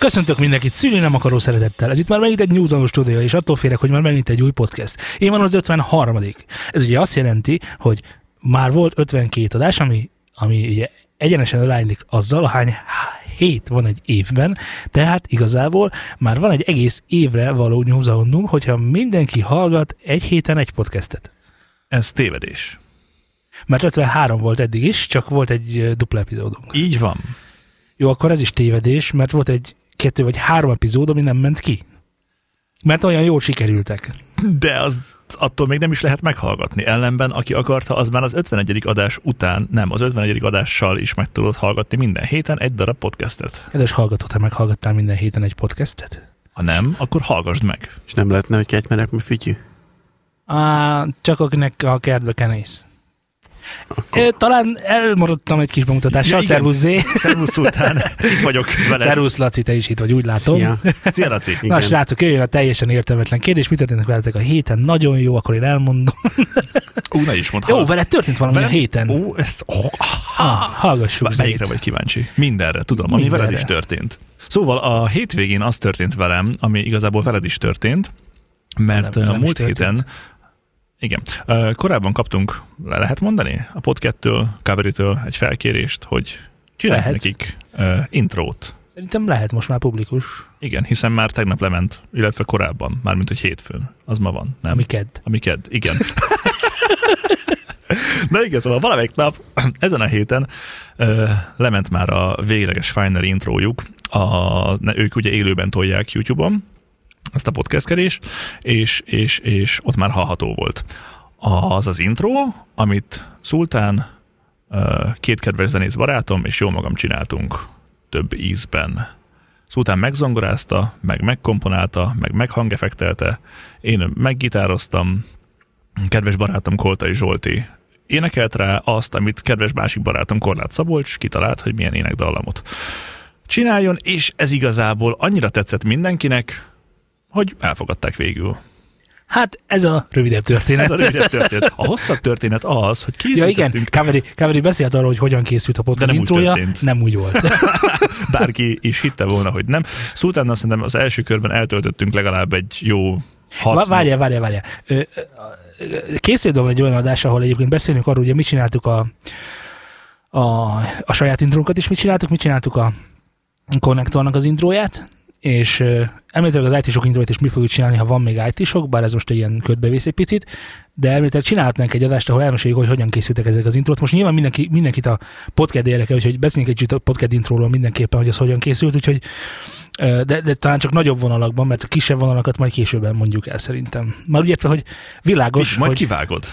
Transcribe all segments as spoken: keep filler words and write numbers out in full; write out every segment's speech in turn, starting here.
Köszöntök mindenkit szülni nem akaró szeretettel. Ez itt már megint egy Newzone stúdió, és attól félek, hogy már megint egy új podcast. Én van az ötvenharmadik. Ez ugye azt jelenti, hogy már volt ötvenkét adás, ami, ami ugye egyenesen aránylik azzal, ahány hét van egy évben, tehát igazából már van egy egész évre való Newzone-unk, hogyha mindenki hallgat egy héten egy podcastet. Ez tévedés. Mert ötvenhárom volt eddig is, csak volt egy dupla epizódunk. Így van. Jó, akkor ez is tévedés, mert volt egy kettő vagy három epizód, ami nem ment ki. Mert olyan jól sikerültek. De az attól még nem is lehet meghallgatni. Ellenben, aki akarta, az már az ötvenegyedik adás után, nem, az ötvenegyedik adással is meg tudod hallgatni minden héten egy darab podcastet. Kedves hallgató, te meghallgattál minden héten egy podcastet? Ha nem, akkor hallgassd meg. És nem lehetne, hogy kettmerek meg fütyű? Á, csak akinek a kertbe kenész. Akkor... É, talán elmaradtam egy kis bemutatással. Ja, szervusz Zé. Szervusz Szultán. Itt vagyok veled. Szervusz Laci, te is itt vagy, úgy látom. Szia. Szia Laci. Na srácok, jöjjön a teljesen értelmetlen kérdés. Mit történt veletek a héten? Nagyon jó, akkor én elmondom. Ú, ne is mondd. Jó, veled történt valami veled? a héten. Ó, ezt... Oh, ah, hallgassuk Zét. Melyikre vagy kíváncsi? Mindenre, tudom, ami Mindenre. veled is történt. Szóval a hétvégén az történt velem, ami igazából veled is történt, mert Nem, a nem múlt is héten igen. Korábban kaptunk, le lehet mondani, a Podcattől, Coverytől egy felkérést, hogy csinálj nekik uh, intrót. Szerintem lehet most már publikus. Igen, hiszen már tegnap lement, illetve korábban, mármint hogy hétfőn. Az ma van, nem? Ami kedd. Ami kedd, igen. Na igen, szóval valamelyik nap, ezen a héten uh, lement már a végleges final intrójuk. A, ők ugye élőben tolják YouTube-on ezt a podcastkerés, és, és, és ott már hallható volt. Az az intro, amit Szultán, két kedves zenész barátom, és jó magam csináltunk több ízben. Szultán megzongorázta, meg megkomponálta, meg meghangeffektelte, én meggitároztam, kedves barátom Koltai Zsolti énekelt rá azt, amit kedves másik barátom Korlát Szabolcs kitalált, hogy milyen énekdallamot csináljon, és ez igazából annyira tetszett mindenkinek, hogy elfogadták végül. Hát ez a rövidebb történet. Ez a rövidebb történet. A hosszabb történet az, hogy készítettünk... Ja igen, Covery, Covery beszélt arról, hogy hogyan készült a podcast intrója. Nem úgy volt. Bárki is hitte volna, hogy nem. Szultánnal szerintem az első körben eltöltöttünk legalább egy jó hat... Várjál, várjál, várjál. Készült volna egy olyan adás, ahol egyébként beszélünk arról, hogy mit csináltuk a, a, a saját intrónkat is, mit csináltuk, mit csináltuk a konnektornak az intróját, és uh, elméletileg az í té-sok intróját is mi fogjuk csinálni, ha van még í té-sok, bár ez most egy ilyen ködbevész egy picit, de elméletileg csinálhatnánk egy adást, ahol elmeséljük, hogy hogyan készültek ezek az intrót. Most nyilván mindenki, mindenkit a podcast érdekel, úgyhogy beszéljünk egy kicsit a podcast intróról mindenképpen, hogy az hogyan készült, úgyhogy uh, de, de talán csak nagyobb vonalakban, mert a kisebb vonalakat majd későbben mondjuk el szerintem. Már úgy értve, hogy világos, Figy, majd hogy... kivágod.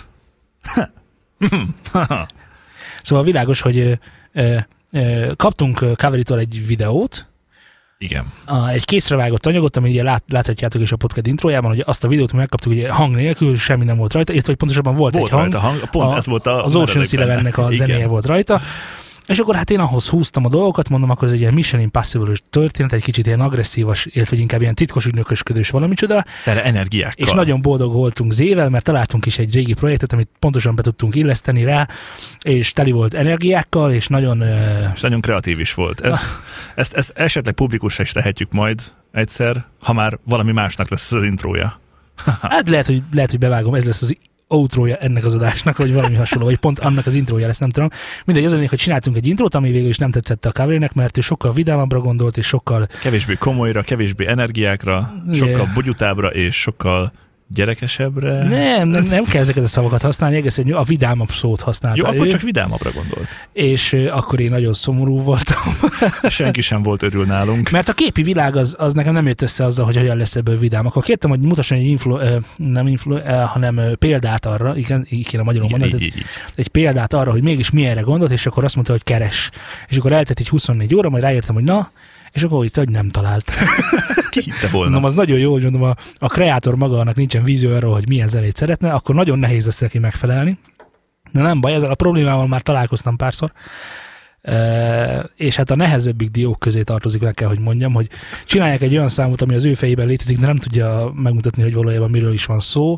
Szóval világos, hogy uh, uh, uh, kaptunk Coverytől egy videót, igen. A, egy készrevágott anyagot, ami ugye lát, láthatjátok is a podcast intrójában, hogy azt a videót megkaptuk ugye hang nélkül, semmi nem volt rajta, illetve pontosabban volt, volt egy hang. Rajta hang. Pont a, ez volt a az Ocean's Elevennek a zenéje igen. volt rajta. És akkor hát én ahhoz húztam a dolgokat, mondom, akkor ez egy ilyen Mission Impossible-ös történet, egy kicsit ilyen agresszívas, illetve inkább ilyen titkos ügynökösködős valamicsoda. Tele energiákkal. És nagyon boldog voltunk Zével, mert találtunk is egy régi projektet, amit pontosan be tudtunk illeszteni rá, és teli volt energiákkal, és nagyon... És nagyon kreatív is volt. Ezt, ezt, ezt esetleg publikusra is tehetjük majd egyszer, ha már valami másnak lesz az intrója. Hát lehet, hogy, lehet, hogy bevágom, ez lesz az outrója ennek az adásnak, vagy valami hasonló, vagy pont annak az intrója lesz, nem tudom. Mindegy, az hogy csináltunk egy intrót, ami végül is nem tetszett a Coverynek, mert ő sokkal vidámabbra gondolt, és sokkal... Kevésbé komolyra, kevésbé energiákra, sokkal yeah. bugyutábbra, és sokkal gyerekesebbre. Nem, nem, nem kell ezeket a szavakat használni, egész egy, a vidámabb szót használta. Jó, ő, akkor csak vidámabbra gondolt. És uh, akkor én nagyon szomorú voltam. Senki sem volt örül nálunk. Mert a képi világ az, az nekem nem jött össze azzal, hogy hogyan lesz ebből vidám. Akkor kértem, hogy mutasson egy influ, uh, nem influ, uh, hanem uh, példát arra, igen, így kéne magyarul mondani, így, így, így. egy példát arra, hogy mégis milyenre gondolt, és akkor azt mondta, hogy keres. És akkor eltett így huszonnégy óra, majd ráértem, hogy na, és akkor itt, hogy nem talált. Ki hitte volna? Mondom, az nagyon jó, hogy mondom, a, a kreátor maga annak nincsen vízió arról, hogy milyen zenét szeretne, akkor nagyon nehéz lesz neki megfelelni. De nem baj, ezzel a problémával már találkoztam párszor. E, és hát a nehezebbik diók közé tartozik, meg kell, hogy mondjam, hogy csinálják egy olyan számot, ami az ő fejében létezik, de nem tudja megmutatni, hogy valójában miről is van szó.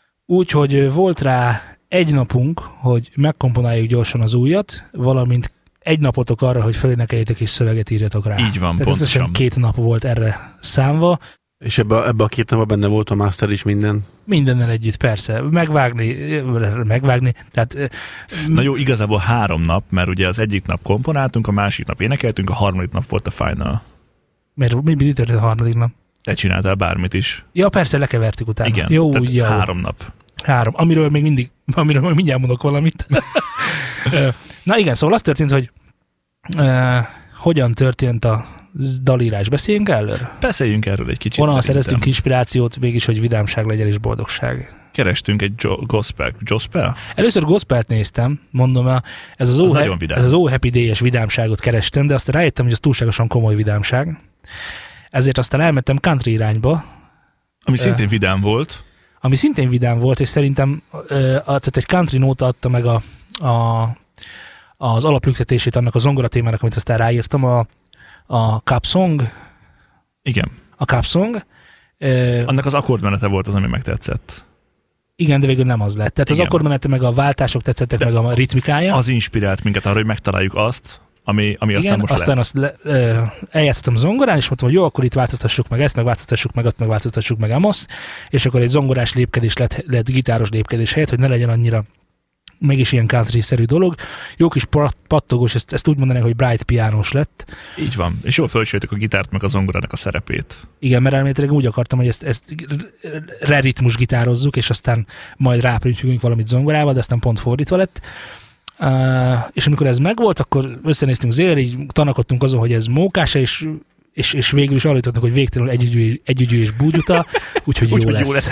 Úgyhogy volt rá egy napunk, hogy megkomponáljuk gyorsan az újat, valamint egy napotok arra, hogy fölénekeljétek és szöveget írjatok rá. Így van, tehát pontosan. két nap volt erre számva. És ebbe, ebbe a két napban benne volt a master is minden? Mindennel együtt, persze. Megvágni, megvágni. Tehát, Na jó, igazából három nap, mert ugye az egyik nap komponáltunk, a másik nap énekeltünk, a harmadik nap volt a final. Mert mi, mi történt a harmadik nap? Te csináltál bármit is. Ja, persze, lekevertük utána. Igen, jó, tehát jó. három nap. Három. Amiről még mindig, amiről még mindjárt mondok valamit. Na igen, szóval az történt, hogy uh, hogyan történt a dalírás. Beszéljünk előre? Beszéljünk erről egy kicsit. Honnan szerintem. szereztünk inspirációt, mégis, hogy vidámság legyen és boldogság. Kerestünk egy jo- gospel. Gospel? Először gospelt néztem, mondom, ez az, Az oh, nagyon vidám. ez az Oh Happy Day-es vidámságot kerestem, de aztán rájöttem, hogy ez túlságosan komoly vidámság. Ezért aztán elmentem country irányba, Ami szintén vidám volt. ami szintén vidám volt, és szerintem uh, tehát egy country nóta adta meg a, a, az alaplüktetését annak a zongora témának, amit aztán ráírtam, a, a Cup Song. Igen. A Cup Song. Uh, Annak az akkordmenete volt az, ami megtetszett. igen, de végül nem az lett. Tehát Igen. az akkordmenete meg a váltások tetszettek, De meg a ritmikája. Az inspirált minket arra, hogy megtaláljuk azt, ami, ami aztán Igen, most aztán lett. azt le, ö, eljátszottam zongorán, és mondtam, hogy jó, akkor itt változtassuk meg ezt, meg változtassuk meg azt, meg változtassuk meg azt, és akkor egy zongorás lépkedés lett, lett gitáros lépkedés helyett, hogy ne legyen annyira mégis ilyen country-szerű dolog. Jó kis pattogós, ezt, ezt úgy mondanánk, hogy bright pianos lett. Így van. És jól fölsértük a gitárt, meg a zongorának a szerepét. Igen, mert elméletileg úgy akartam, hogy ezt, ezt re-ritmus gitározzuk, és aztán majd ráprintjünk valamit zongorával, de aztán pont fordítva lett. Uh, és amikor ez megvolt, akkor összenéztünk Zével, így tanakodtunk azon, hogy ez mókás, és, és, és végül is arra jutottunk, hogy végtelenül együgyű, együgyű és búgyuta, úgyhogy Úgy, jó, hogy lesz. jó lesz.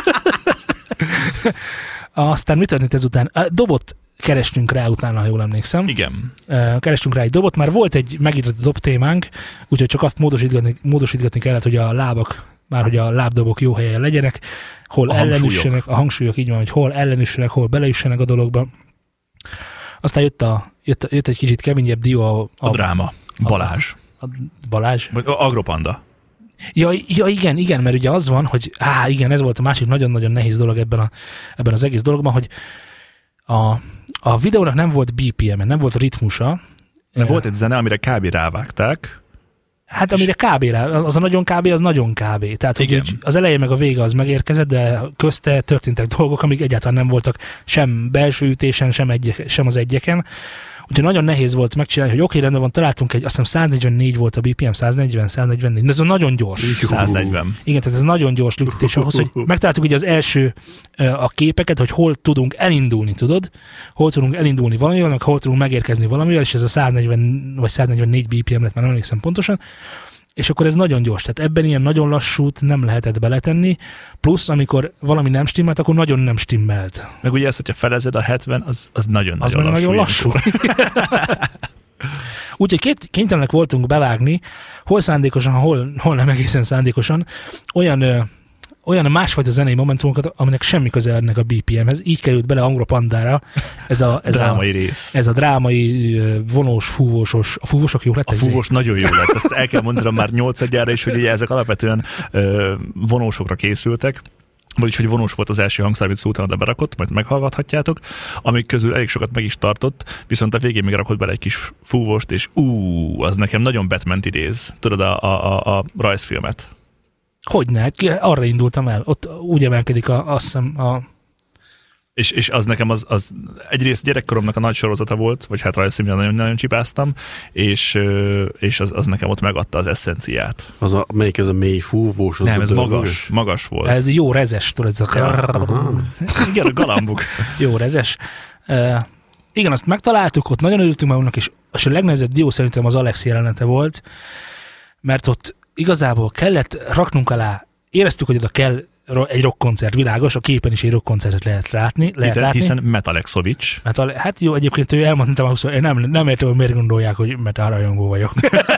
Aztán mi történt ezután? Uh, dobot kerestünk rá utána, ha jól emlékszem. Igen. Uh, kerestünk rá egy dobot, már volt egy megírt dob témánk, úgyhogy csak azt módosítgatni, módosítgatni kellett, hogy a lábak, már hogy a lábdobok jó helyen legyenek, hol A ellenüssenek, hangsúlyok. a hangsúlyok így van, hogy hol ellenüssenek, hol beleüssenek a dologba. Aztán jött, a, jött, jött egy kicsit keményebb dió a, A, a dráma. Balázs. a Balázs. Vagy a Agropanda. Ja, ja, igen, igen, mert ugye az van, hogy á, igen, ez volt a másik nagyon-nagyon nehéz dolog ebben, a, ebben az egész dologban, hogy a, a videónak nem volt bé pé em-e, nem volt ritmusa. De volt egy zene, amire kb. Rávágták. Hát amire kb. Rá, az a nagyon kb. Az nagyon kb. Tehát hogy Igen. úgy, az eleje meg a vége az megérkezett, de közte történtek dolgok, amik egyáltalán nem voltak sem belső ütésen, sem, egy, sem az egyeken. Úgyhogy nagyon nehéz volt megcsinálni, hogy oké, okay, rendben van, találtunk egy, azt hiszem száznegyvennégy volt a bé pé em, száznegyven, száznegyvennégy, de ez nagyon gyors. száznegyven. Igen, tehát ez nagyon gyors lüktetés ahhoz, hogy megtaláltuk ugye az első a képeket, hogy hol tudunk elindulni, tudod? Hol tudunk elindulni valamivel, meg hol tudunk megérkezni valamivel, és ez a száznegyven vagy száznegyvennégy bé pé em lett, már nem emlékszem pontosan. És akkor ez nagyon gyors, tehát ebben ilyen nagyon lassút nem lehetett beletenni, plusz amikor valami nem stimmelt, akkor nagyon nem stimmelt. Meg ugye ezt, hogyha felezed a hetven, az, az nagyon-nagyon Az meg lassú. nagyon lassú. Úgyhogy két, kénytelenek voltunk bevágni, hol szándékosan, hol, hol nem egészen szándékosan, olyan, ö, olyan másfajta zenei momentumokat, aminek semmi köze ennek a bé pé em-hez. Így került bele Angropandára ez a, ez Drámai a, rész. ez a drámai, ö, vonós, fúvósos, a fúvósok jók A lettek? fúvós nagyon jó lett. Ezt el kell mondanom már nyolcadjára is, hogy ugye ezek alapvetően ö, vonósokra készültek. Vagyis, hogy vonós volt az első hangszer, amit szó utána berakott, majd meghallgathatjátok, amik közül elég sokat meg is tartott, viszont a végén még rakott bele egy kis fúvost, és ú, az nekem nagyon Batman-t idéz. Tudod, a, a, a, a rajzfilmet. Hogyne, arra indultam el. Ott úgy emelkedik a, azt hiszem a... És, és az nekem az, az egyrészt gyerekkoromnak a nagy sorozata volt, vagy hát rajzfilmben nagyon, nagyon csipáztam, és, és az, az nekem ott megadta az eszenciát. Az a, melyik ez a mély fúvós? Az Nem, a ez dörgős? magas, magas volt. Ez jó rezes, tudod, ez a... Aha. Igen, a galambuk. Jó rezes. Uh, igen, azt megtaláltuk, ott nagyon örültünk magunknak, és, és a legnehezebb dió szerintem az Alex jelenete volt, mert ott igazából kellett raknunk alá, éreztük, hogy oda kell egy rockkoncert, világos, a képen is egy rockkoncertet lehet látni. Lehet Hiszen, látni. hiszen Metalexovics. Hát, a, hát jó, egyébként ő elmondtam, hogy én nem, nem értem, hogy miért gondolják, hogy metal rajongó vagyok.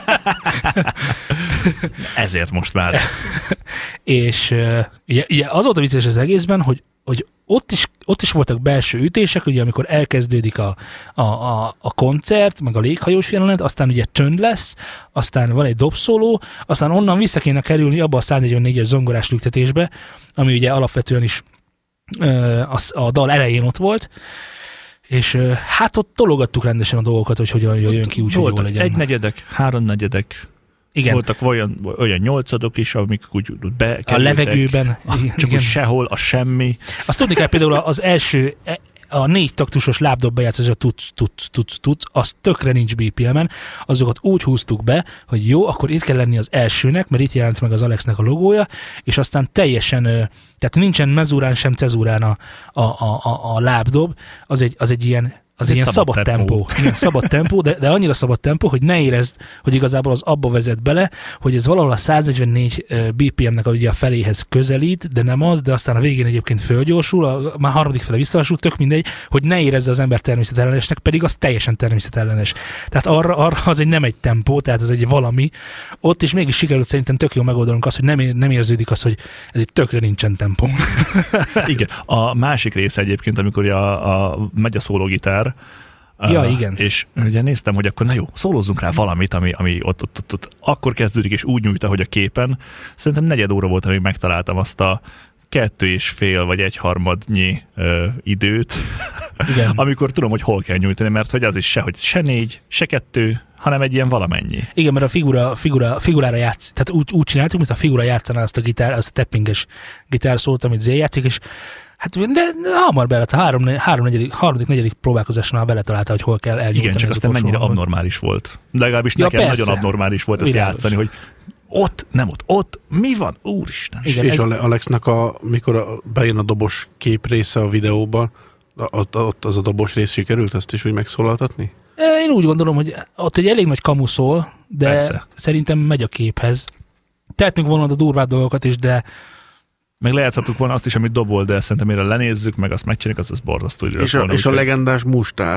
Ezért most már. És uh, ugye, ugye az volt a vicces az egészben, hogy, hogy ott, is, ott is voltak belső ütések, ugye amikor elkezdődik a, a, a, a koncert, meg a léghajós jelenet, aztán ugye csönd lesz, aztán van egy dobszóló, aztán onnan vissza kéne kerülni abba a száznegyvennégyes zongorás lüktetésbe, ami ugye alapvetően is uh, a, a dal elején ott volt, és hát ott tologattuk rendesen a dolgokat, hogy hogyan jöjjön ki, úgy, hogy jól legyen. Egynegyedek, háromnegyedek, igen. Voltak olyan, olyan nyolcadok is, amik úgy bekerültek. A levegőben. A, csak úgy sehol, a semmi. Azt tudni kell például az első, a négy taktusos lábdob bejátszás, a tuc, tuc, tuc, tuc, az tökre nincs bé pé em-en, azokat úgy húztuk be, hogy jó, akkor itt kell lenni az elsőnek, mert itt jelent meg az Alexnek a logója, és aztán teljesen, tehát nincsen mezurán sem cezurán a, a, a, a, a lábdob, az egy, az egy ilyen az egy ilyen szabad, szabad tempó. tempó. Igen, szabad tempó, de, de annyira szabad tempó, hogy ne érezd, hogy igazából az abba vezet bele, hogy ez valahol a száznegyvennégy bé pé em-nek ugye a feléhez közelít, de nem az, de aztán a végén egyébként fölgyorsul, a, már harmadik fele visszalassul, tök mindegy, hogy ne érezze az ember természetellenesnek, pedig az teljesen természetellenes. Tehát arra, arra az egy nem egy tempó, tehát ez egy valami. Ott is mégis sikerült szerintem tök jól megoldanunk azt, hogy nem, ér, nem érződik az, hogy ez egy tökre nincsen tempó. Igen. A másik része egyébként, amikor a, a megy a szólógitár, Ja, uh, igen. És ugye néztem, hogy akkor na jó, szólózzunk rá valamit, ami, ami ott, ott, ott, ott akkor kezdődik, és úgy nyújt, ahogy a képen. Szerintem negyed óra volt, amíg megtaláltam azt a kettő és fél vagy egyharmadnyi ö, időt, igen. amikor tudom, hogy hol kell nyújtani, mert hogy az is se, hogy se négy, se kettő, hanem egy ilyen valamennyi. Igen, mert a figura, figura, figurára játsz. Tehát úgy, úgy csináltuk, mint a figura játszaná azt a gitár, azt a tappinges gitárszót, amit Zé játszik, és hát de, de hamar belett, a három, három negyedik, harmadik, negyedik próbálkozásnál beletalálta, hogy hol kell elnyújtani. Igen, csak aztán mennyire hangot. Abnormális volt. De legalábbis ja, nekem persze. Nagyon abnormális volt ezt Világos. Játszani, hogy ott, nem ott, ott, mi van? Úristen. Igen, és ez... Alexnak, a, mikor a, bejön a dobos kép része a videóba, ott, ott az a dobos rész sikerült, ezt is úgy megszólaltatni? Én úgy gondolom, hogy ott egy elég nagy kamu szól, de persze. Szerintem megy a képhez. Tehetünk volna a durvább dolgokat is, de meg lejátszhattuk volna azt is, amit dobol, de szerintem mire lenézzük, meg azt megcsináljuk, az, az borzasztó. És, a, és a legendás mustár.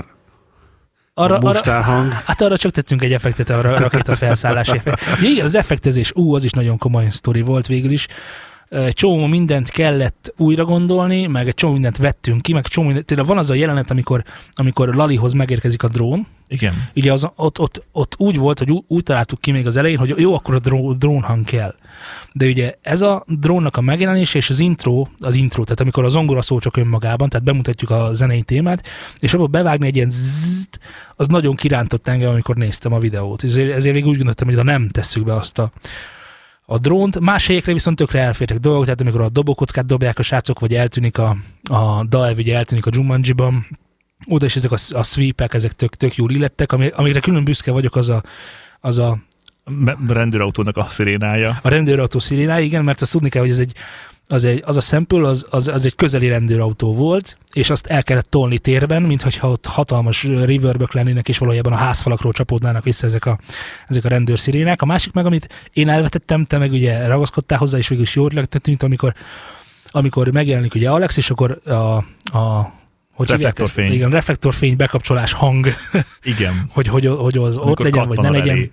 Arra, a mustár hang. Arra, hát arra csak tettünk egy effektet, a rakéta felszállás effekt. Igen, az effektezés, ú, az is nagyon komoly sztori volt végül is. Egy csomó mindent kellett újra gondolni, meg egy csomó mindent vettünk ki, meg egy csomó mindent. Tényleg van az a jelenet, amikor, amikor Lalihoz megérkezik a drón. Igen. Ugye az, ott, ott, ott úgy volt, hogy úgy találtuk ki még az elején, hogy jó, akkor a drón, drónhang kell. De ugye ez a drónnak a megjelenése és az intro, az intro, tehát amikor a zongora szól csak önmagában, tehát bemutatjuk a zenei témát, és abba bevágni egy ilyen zzzt, az nagyon kirántott engem, amikor néztem a videót. Ezért, ezért végül úgy gondoltam, hogy ha nem tesszük be azt a a drónt, más helyekre viszont tökre elfértek dolgok, tehát amikor a dobókockát dobják a srácok, vagy eltűnik a, a Dive, ugye eltűnik a Jumanji-ban, oda is ezek a, a sweepek, ezek tök, tök jól illettek, ami, amire külön büszke vagyok, az a, az a rendőrautónak a szirénája. A rendőrautó szirénája, igen, mert azt tudni kell, hogy ez egy, az, egy, az a sample, az, az, az egy közeli rendőrautó volt, és azt el kellett tolni térben, mintha ott hatalmas reverbök lennének, és valójában a házfalakról csapódnának vissza ezek a, ezek a rendőrszirénák. A másik meg, amit én elvetettem, te meg ugye ragaszkodtál hozzá, és végül is jól tűnt, amikor, amikor megjelenik ugye Alex, és akkor a, a hogy reflektorfény. Igen, reflektorfény bekapcsolás hang. Igen. hogy, hogy, hogy az amikor ott legyen, vagy ne legyen. Elé.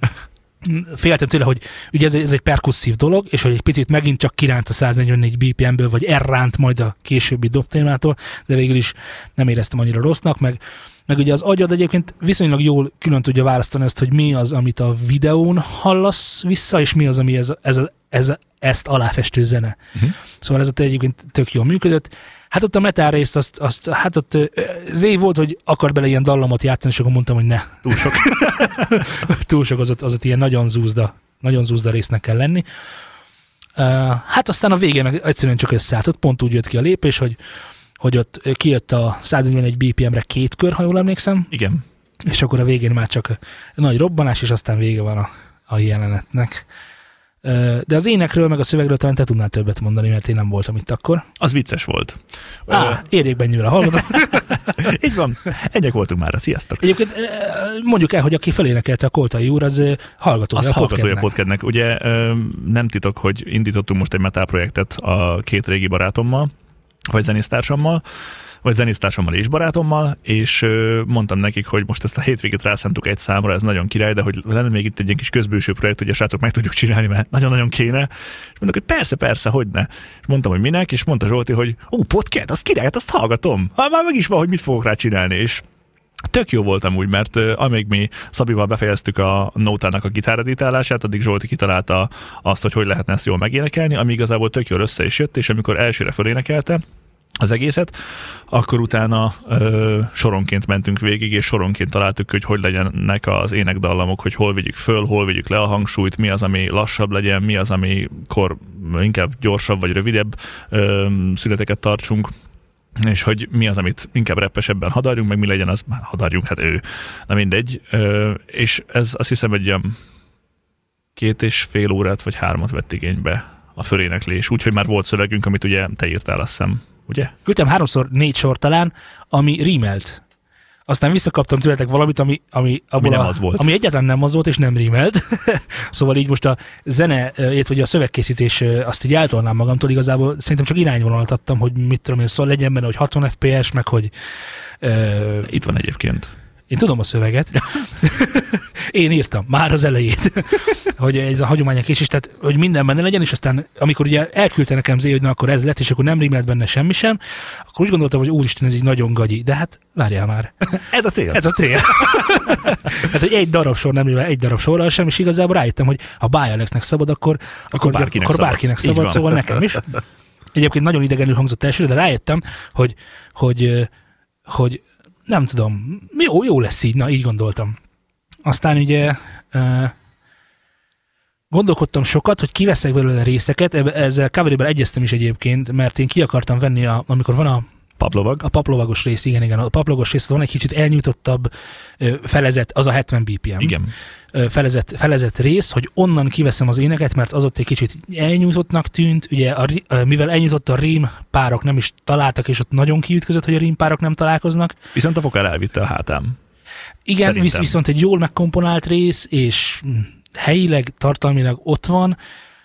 Féltem tőle, hogy ugye ez, ez egy perkusszív dolog, és hogy egy picit megint csak kiránt a száznegyvennégy bé pé em-ből, vagy elránt majd a későbbi dobtémától, de végül is nem éreztem annyira rossznak, meg, meg ugye az agyad egyébként viszonylag jól külön tudja választani azt, hogy mi az, amit a videón hallasz vissza, és mi az, ami ez, ez, ez, ezt aláfestő zene. Uh-huh. Szóval ez ott egyébként tök jól működött. Hát ott a metal részt, azt, azt, hát ott Zé volt, hogy akar bele ilyen dallamot játszani, és akkor mondtam, hogy ne. Túl sok. Túl sok, az ott, az ott ilyen nagyon zúzda, nagyon zúzda résznek kell lenni. Uh, hát aztán a végén meg egyszerűen csak összeállt. Ott pont úgy jött ki a lépés, hogy, hogy ott kijött a száznegyvenegy bé pé em-re két kör, ha jól emlékszem. Igen. És akkor a végén már csak nagy robbanás, és aztán vége van a, a jelenetnek. De az énekről, meg a szövegről talán te tudnál többet mondani, mert én nem voltam itt akkor. Az vicces volt. Á, érjék bennyőre, hallgatom. Így van, egyek voltunk már, sziasztok. Egyébként mondjuk el, hogy aki felénekelte a Koltai úr, az hallgatója az a hallgatója a podcastnek. Ugye nem titok, hogy indítottunk most egy metal projektet a két régi barátommal, vagy zenésztársammal, vagy zenésztársammal és barátommal, és mondtam nekik, hogy most ezt a hétvégét rászántuk egy számra, ez nagyon király, de hogy lenne még itt egy ilyen kis közbőső projekt, hogy a srácok meg tudjuk csinálni, mert nagyon-nagyon kéne. És mondok, hogy persze, persze, hogyne. És mondtam, hogy minek, és mondta Zsolti, hogy ó, podcast, az király, azt hallgatom. Ha már meg is van, hogy mit fogok rá csinálni, és tök jó voltam úgy, mert uh, amíg mi Szabival befejeztük a nótának a gitáreditálását, addig Zsolti kitalálta azt, hogy hogy lehetne ezt jól megénekelni, ami igazából tök jól össze is jött, és amikor elsőre fölénekelte, az egészet, akkor utána ö, soronként mentünk végig, és soronként találtuk, hogy hogy legyenek az énekdallamok, hogy hol vigyük föl, hol vigyük le a hangsúlyt, mi az, ami lassabb legyen, mi az, amikor inkább gyorsabb vagy rövidebb ö, születeket tartsunk, és hogy mi az, amit inkább reppesebben hadarjunk, meg mi legyen az, hadarjunk, hát ő, na mindegy, ö, és ez azt hiszem egy ilyen két és fél órát vagy hármat vett igénybe a föléneklés, úgyhogy már volt szövegünk, amit ugye te írtál, azt hiszem, ugye? Küldtem háromszor négy sor talán, ami rímelt. Aztán visszakaptam tőletek valamit, ami, ami, ami nem a, az volt. Ami egyáltalán nem az volt, és nem rímelt. Szóval így most a zene, vagy a szövegkészítés, azt így eltolnám magamtól, igazából szerintem csak irányvonalat adtam, hogy mit tudom én, szóval legyen benne, hogy hatvan ef pé es, meg hogy... Uh, Itt van egyébként. Én tudom a szöveget. Én írtam, már az elejét. Hogy ez a hagyományok is, és tehát, hogy minden benne legyen, és aztán, amikor ugye elküldte nekem Zé, hogy na, akkor ez lett, és akkor nem rímelt benne semmi sem, akkor úgy gondoltam, hogy úristen, ez így nagyon gagyi. De hát, várjál már. Ez a cél. Ez a cél. Hát, hogy egy darab sor nem rímel, egy darab sorral sem, és igazából rájöttem, hogy ha Bájalexnek szabad, akkor, akkor, bárkinek akkor szabad. bárkinek szabad, szóval nekem is. Egyébként nagyon idegenül hangzott elsőre, de rájöttem, hogy, hogy, hogy nem tudom, jó, jó lesz így, na így gondoltam. Aztán ugye uh, gondolkodtam sokat, hogy kiveszek belőle részeket, ezzel coverében egyeztem is egyébként, mert én ki akartam venni, a, amikor van a paplovag. A paplovagos rész, igen, igen. A paplovagos rész van egy kicsit elnyújtottabb felezett, az a hetven bé pé em. Igen. Felezett, felezett rész, hogy onnan kiveszem az éneket, mert az ott egy kicsit elnyújtottnak tűnt, ugye a, mivel elnyújtott a rím párok nem is találtak, és ott nagyon kiütközött, hogy a rím párok nem találkoznak. Viszont a fokál elvitte a hátám. Igen, Szerintem. viszont egy jól megkomponált rész, és helyileg, tartalmilag ott van,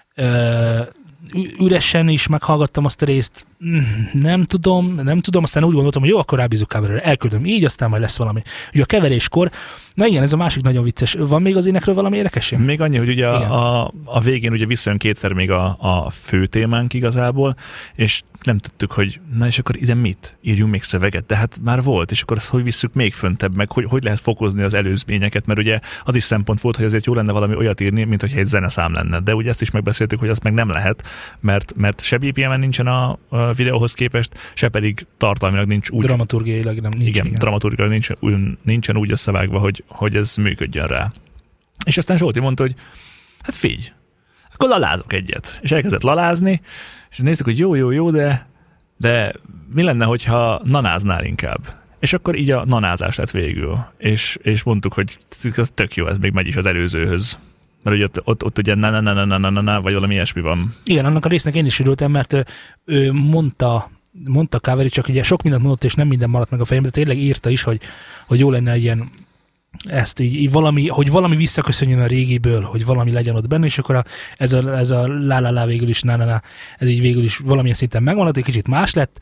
üresen is meghallgattam azt a részt, nem tudom, nem tudom, aztán úgy gondoltam, hogy jó, akkor rábízok coverre, elküldöm így, aztán majd lesz valami. Ugye a keveréskor, na igen, ez a másik nagyon vicces. Van még az énekről valami érdekes? Még annyi, hogy ugye a, a, a végén ugye visszajön kétszer még a, a fő témánk igazából, és nem tudtuk, hogy na és akkor ide mit? Írjunk még szöveget, de hát már volt, és akkor azt hogy visszük még föntebb, meg hogy, hogy lehet fokozni az előzményeket, mert ugye az is szempont volt, hogy azért jó lenne valami olyat írni, mint hogyha egy zeneszám lenne. De ugye ezt is megbeszéltük, hogy azt meg nem lehet, mert, mert se bé pé em-en nincsen a, a videóhoz képest, se pedig tartalmilag nincs úgy. Dramaturgiailag nem nincs. Igen, igen. dramaturgiailag nincs, nincsen úgy összevágva, hogy, hogy ez működjön rá. És aztán Zsolti mondta, hogy hát figyelj, akkor lalázok egyet. És elkezdett lalázni, és néztük, hogy jó, jó, jó, de, de mi lenne, hogyha nanáznál inkább? És akkor így a nanázás lett végül. És, és mondtuk, hogy ez tök jó, ez még megy is az előzőhöz. Mert ugye ott, ott, ott ugye na na na na na na na vagy valami ilyesmi van. Igen, annak a résznek én is örültem, mert ő, ő mondta, mondta Káveri, csak ugye sok mindent mondott, és nem minden maradt meg a fejembe, de tényleg írta is, hogy, hogy jó lenne ilyen ezt így, így valami, hogy valami visszaköszönjön a régiből, hogy valami legyen ott benne, és akkor a, ez a, ez a lá-lá-lá végül is, na-na-na, ez így végül is valamilyen szinten megmaradt, egy kicsit más lett,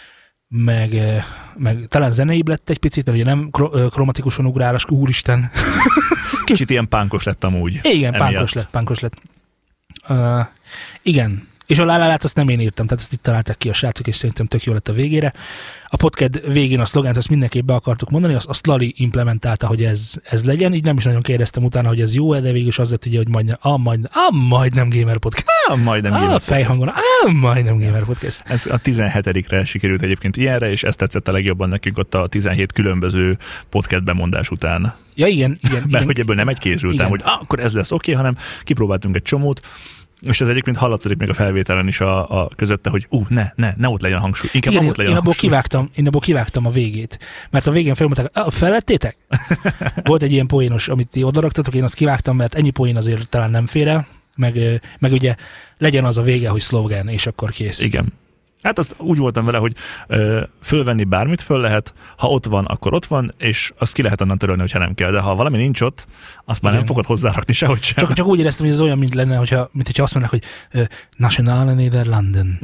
meg, meg talán zeneibb lett egy picit, mert ugye nem kromatikusan ugrálás, úristen. Kicsit ilyen pánkos lett amúgy. Igen, pánkos lett, pánkos lett. Uh, igen. És a lálálát azt nem én írtam, tehát ezt itt találták ki a srácok, és szerintem tök jó lett a végére. A podcast végén a szlogánt azt mindenképp be akartuk mondani, azt, azt Lali implementálta, hogy ez, ez legyen, így nem is nagyon kérdeztem utána, hogy ez jó, de végül is az lett, ugye, hogy majdnem, ah, majdnem, ah, majdnem Gamer Podcast. Ah, majdnem ah, Gamer Podcast. Fejhangon, ah, majdnem Gamer Podcast. Ez a tizenhetedikre sikerült egyébként ilyenre, és ezt tetszett a legjobban nekünk ott a tizenhét különböző podcast bemondás után. Ja, igen, igen. Mert igen. hogy ebből nem egy készültem, hogy ah, akkor ez lesz oké, okay, hanem kipróbáltunk egy csomót, és ez egyébként hallatszik még a felvételen is a, a közötte, hogy ú, uh, ne, ne, ne ott legyen a hangsúly. Inkább igen, ott legyen én a abból hangsúly. Kivágtam, én abból kivágtam a végét. Mert a végén felmondták, ah, felvettétek? Volt egy ilyen poénos, amit ti odaraktatok, én azt kivágtam, mert ennyi poén azért talán nem fér el, meg, meg ugye legyen az a vége, hogy szlogen, és akkor kész. Igen. Hát azt úgy voltam vele, hogy ö, fölvenni bármit föl lehet, ha ott van, akkor ott van, és azt ki lehet onnan törölni, hogyha nem kell. De ha valami nincs ott, azt már igen. nem fogod hozzárakni sehogy sem. Csak, csak úgy éreztem, hogy ez olyan, mint lenne, hogyha, mint hogyha azt mondanak, hogy uh, Nationale Nederlanden.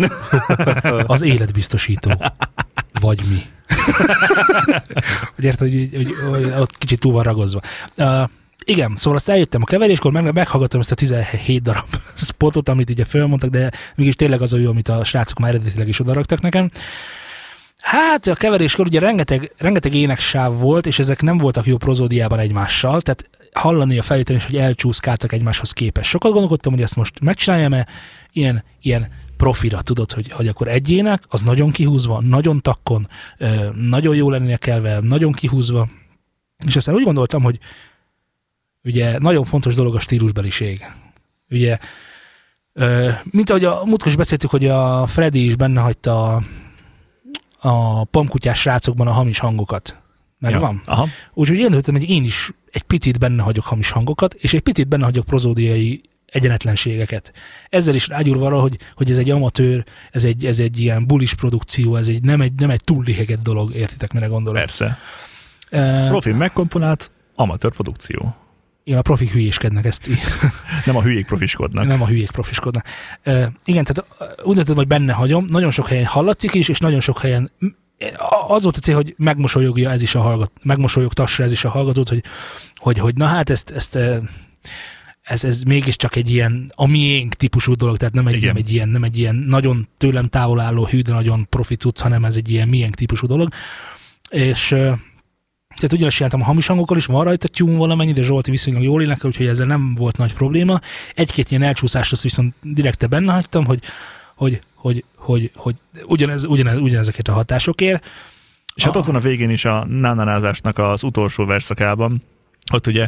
Az életbiztosító. Vagy mi. Hogy érted, hogy, hogy, hogy ott kicsit túl van ragozva. Uh, Igen, szóval azt eljöttem a keveréskor, meg meghallgattam ezt a tizenhét darab spotot, amit ugye fölmondtak, de mégis tényleg az a jó, amit a srácok már eredetileg is odaraktak nekem. Hát a keveréskor ugye rengeteg, rengeteg éneksáv volt, és ezek nem voltak jó prozódiában egymással, tehát hallani a felvételen is, hogy elcsúszkáltak egymáshoz képest. Sokat gondolkodtam, hogy ezt most megcsináljam-e, ilyen, ilyen profira, tudod, hogy, hogy akkor egy ének, az nagyon kihúzva, nagyon takkon, nagyon jól énekelve, nagyon kihúzva, és aztán úgy gondoltam, hogy ugye nagyon fontos dolog a stílusbeliség. Ugye, mint ahogy a múltkor is beszéltük, hogy a Freddy is benne hagyta a, a pamkutyás srácokban a hamis hangokat. Megvan? Ja, úgyhogy én döntöttem, hogy én is egy picit benne hagyok hamis hangokat, és egy picit benne hagyok prozódiai egyenetlenségeket. Ezzel is rágyúrva arra, hogy, hogy ez egy amatőr, ez egy, ez egy ilyen bulis produkció, ez egy, nem, egy, nem egy túl lihegett dolog, értitek, mire gondolok? Persze. Uh, Profi megkomponált, amatőr produkció. Igen, a profik hülyéskednek, ezt így. Nem a hülyék profiskodnak. Nem a hülyék profiskodnak. Uh, igen, tehát úgy döntöttem, hogy benne hagyom, nagyon sok helyen hallatszik is, és nagyon sok helyen az volt a cél, hogy megmosolyogja ez is a hallgató, megmosolyogtassa ez is a hallgatót, hogy, hogy, hogy na hát ezt, ezt ez, ez mégiscsak egy ilyen a miénk típusú dolog, tehát nem egy, nem egy, ilyen, nem egy ilyen nagyon tőlem távol álló hű, de nagyon profi cucc, hanem ez egy ilyen miénk típusú dolog. És tehát ugyanazt csináltam a hamis hangokkal is, van rajta tune valamennyi, de Zsolti viszonylag jól énekel, úgyhogy ezzel nem volt nagy probléma. Egy-két ilyen elcsúszást azt viszont direkte benne hagytam, hogy hogy, hogy, hogy, hogy ugyanez, ugyanez, ugyanezeket a hatásokért. És hát ott van a végén is a nánanázásnak az utolsó verszakában, ott ugye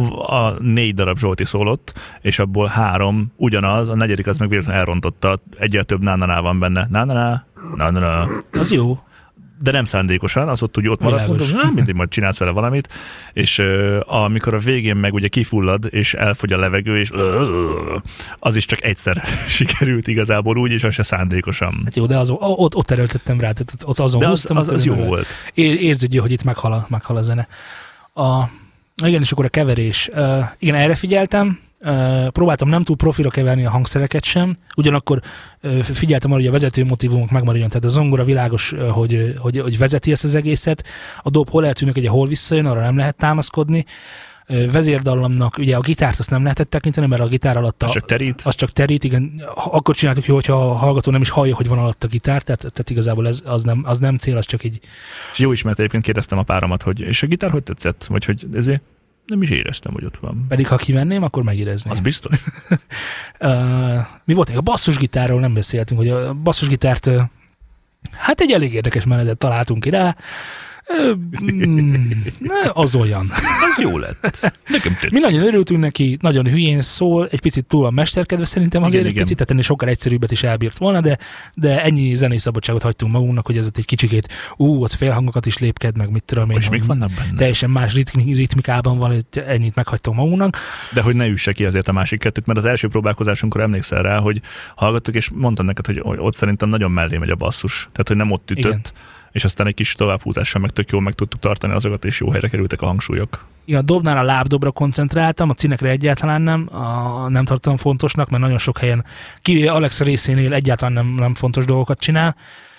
a négy darab Zsolti szólott, és abból három ugyanaz, a negyedik az meg véletlenül elrontotta, egyel több nánaná van benne. Nánaná, nánaná. Az jó. De nem szándékosan, az ott úgy ott maradt, mondom, nem mindig majd csinálsz vele valamit, és uh, amikor a végén meg ugye kifullad, és elfogy a levegő, és uh, az is csak egyszer sikerült igazából úgy, és az se szándékosan. Hát jó, de az, ott, ott erőltettem rá, tehát ott azon de az, húztam. az, az jó volt. Ér, érződjön, hogy itt meghal a, meghal a zene. A, igen, és akkor a keverés. Uh, igen, erre figyeltem. Uh, próbáltam nem túl profira keverni a hangszereket sem, ugyanakkor uh, figyeltem arra, hogy a vezető motívumok megmaradjon, tehát a zongora világos, uh, hogy, hogy, hogy vezeti ezt az egészet, a dob hol eltűnik, hogy hol visszajön, arra nem lehet támaszkodni, uh, vezérdallamnak, ugye a gitárt azt nem lehetett tekinteni, mert a gitár alatt a, az csak terít. Az csak terít, igen, akkor csináltuk jó, hogyha a hallgató nem is hallja, hogy van alatt a gitár, tehát, tehát igazából ez, az, nem, az nem cél, az csak egy... És jó ismert egyébként kérdeztem a páromat, hogy és a gitár hogy tetszett, vagy hogy ezért nem is éreztem, hogy ott van. Pedig ha kivenném, akkor megérezném. Az biztos. uh, mi volt? A basszusgitárról nem beszéltünk, hogy a basszusgitárt uh, hát egy elég érdekes menetet találtunk ki rá. Uh, mm, az olyan. Az jó lett. Nekem tetsz. Mi nagyon örültünk neki, nagyon hülyén szól, egy picit túl a mesterkedve szerintem azért, igen, egy igen. picit, tehát ennél sokkal egyszerűbbet is elbírt volna, de, de ennyi zenei szabadságot hagytunk magunknak, hogy ez egy kicsikét, ú, ott félhangokat is lépked, meg mit tudom én. És még vannak benne. Teljesen más ritmi, ritmikában van, hogy ennyit meghagytunk magunknak. De hogy ne üsse ki azért a másik kettőt, mert az első próbálkozásunkor emlékszel rá, hogy hallgattuk, és mondtam neked, hogy ott szerintem nagyon mellé megy a basszus. Tehát, hogy nem ott ütött. Igen. És aztán egy kis továbbhúzással meg tök jól meg tudtuk tartani azokat, és jó helyre kerültek a hangsúlyok. Igen, a dobnál a lábdobra koncentráltam, a cinekre egyáltalán nem, a, nem tartom fontosnak, mert nagyon sok helyen, kivéve Alex részénél egyáltalán nem, nem fontos dolgokat csinál.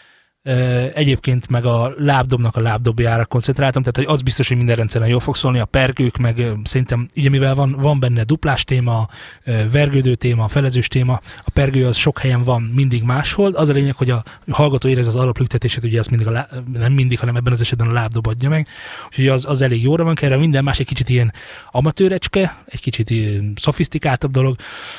Egyébként meg a lábdobnak a lábdobjára koncentráltam, tehát hogy az biztos, hogy minden rendszeren jól fog szólni, a pergők, meg szerintem, ugye mivel van, van benne duplás téma, vergődő téma, felezős téma, a pergő az sok helyen van mindig máshol, az a lényeg, hogy a hallgató érez az alaplüktetését, ugye azt mindig a lá, nem mindig, hanem ebben az esetben a lábdob adja meg, úgyhogy az, az elég jóra van kell, minden más egy kicsit ilyen amatőrecske, egy kicsit ilyen szofisztikáltabb dolog.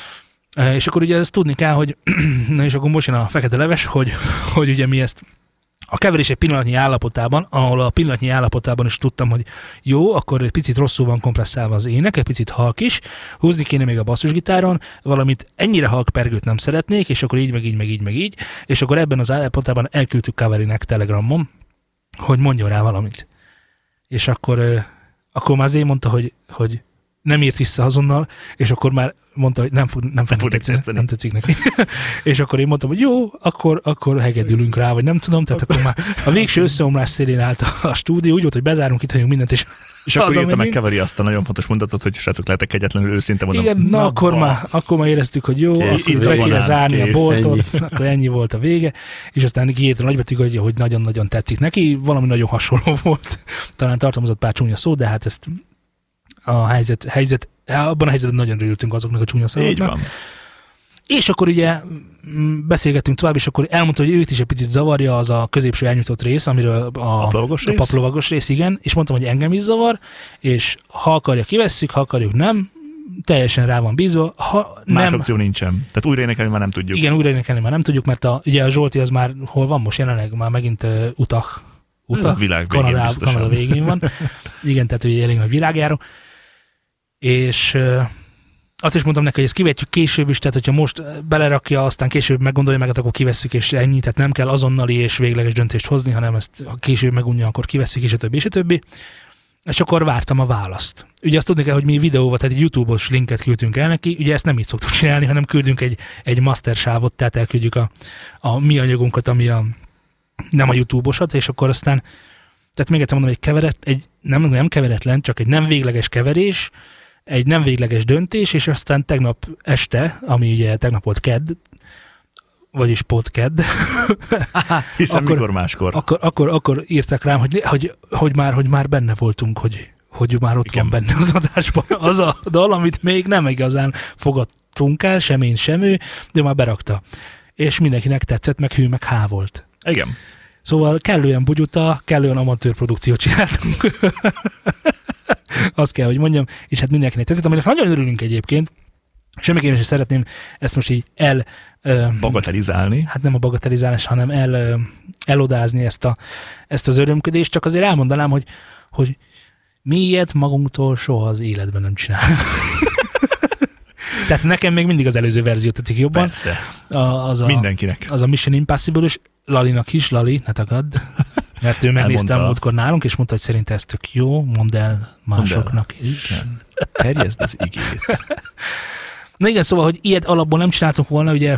És akkor ugye ezt tudni kell, hogy na és akkor most jön a fekete leves, hogy, hogy ugye mi ezt a keverés egy pillanatnyi állapotában, ahol a pillanatnyi állapotában is tudtam, hogy jó, akkor egy picit rosszul van kompresszálva az ének, egy picit halk is, húzni kéne még a basszusgitáron, valamit ennyire halk pergőt nem szeretnék, és akkor így, meg így, meg így, meg így, és akkor ebben az állapotában elküldtük Kaverinek Telegramon, hogy mondjon rá valamit. És akkor, akkor már azért mondta, hogy, hogy nem írt vissza azonnal, és akkor már mondta, hogy nem fog, nem fog, nem tetszeni, tetszeni. Nem tetszik neki. És akkor én mondtam, hogy jó, akkor, akkor hegedülünk rá, vagy nem tudom, tehát akkor már a végső összeomlás szélén állt a, a stúdió, úgy volt, hogy bezárunk, itt hagyunk mindent, és és akkor írta meg Keveri azt a nagyon fontos mondatot, hogy srácok, lehetek egyetlenül őszinte mondom. Igen, na, na akkor, már, akkor már éreztük, hogy jó, kész, akkor be kéne zárni kész, a boltot, ennyi. Akkor ennyi volt a vége, és aztán kiírta nagybetűk, hogy, hogy nagyon-nagyon tetszik neki, valami nagyon hasonló volt. Talán tartalmazott pár csúnya szó, de hát ezt a helyzet, helyzet abban a helyzetben nagyon örültünk azoknak a csúnya szavaknak. És akkor ugye beszélgettünk tovább, és akkor elmondta, hogy őt is egy picit zavarja az a középső elnyújtott rész, amiről a, Paplovagos a rész? paplovagos rész, igen, és mondtam, hogy engem is zavar, és ha akarja, kivesszük, ha akarjuk, nem, teljesen rá van bízva. Ha Más nem, opció nincsen. Tehát újra énekelni már nem tudjuk. igen, újra énekelni már nem tudjuk, mert a, ugye a Zsolti az már hol van most jelenleg, már megint uh, utak, utak, A világ végén Kanadá, biztosan. Kanada végén van. Igen, tehát ugye elég nagy világjáró. És uh, azt is mondtam neki, hogy ezt kivetjük később is, tehát hogyha most belerakja, aztán később meggondolja meg, akkor kivesszük, és ennyi, tehát nem kell azonnali és végleges döntést hozni, hanem ezt ha később megunja, akkor kivesszük, és a többi, és a többi. És akkor vártam a választ. Ugye azt tudni kell, hogy mi videóval, tehát egy YouTube-os linket küldtünk el neki, ugye ezt nem így szoktuk csinálni, hanem küldünk egy, egy master sávot, tehát elküldjük a, a mi anyagunkat, ami a, nem a YouTube-osat, és akkor aztán, tehát még egyszer mondom, egy keveret, egy nem, nem keveretlen, csak egy nem végleges keverés, egy nem végleges döntés, és aztán tegnap este, ami ugye tegnap volt kedd, vagyis podkedd, Hiszen akkor, mikor máskor. akkor, akkor, akkor írtak rám, hogy, hogy, hogy, már, hogy már benne voltunk, hogy, hogy már ott Igen. van benne az adásban az a dal, amit még nem igazán fogadtunk el, sem én, sem ő, de már berakta. És mindenkinek tetszett, meg hű, meg há volt. Igen. Szóval kellően bugyuta, kellően amatőr produkciót csináltunk. Azt kell, hogy mondjam, és hát mindenkinek tetszett, aminek nagyon örülünk egyébként. Semmiképpen sem szeretném ezt most így el... Ö, Bagatelizálni. hát nem a bagatelizálás, hanem el, ö, elodázni ezt, a, ezt az örömködést, csak azért elmondanám, hogy, hogy mi ilyet magunktól soha az életben nem csinálunk. Tehát nekem még mindig az előző verzió tetszik jobban. Persze. A, az a, Mindenkinek. Az a Mission Impossible, és Lalinak is, Lali, ne tagadd, mert ő megnézte Elmondta. a múltkor nálunk, és mondta, hogy szerint ez tök jó, mondd el másoknak is. Igen. Terjeszd az igét. Na igen, szóval, hogy ilyet alapból nem csináltunk volna, ugye,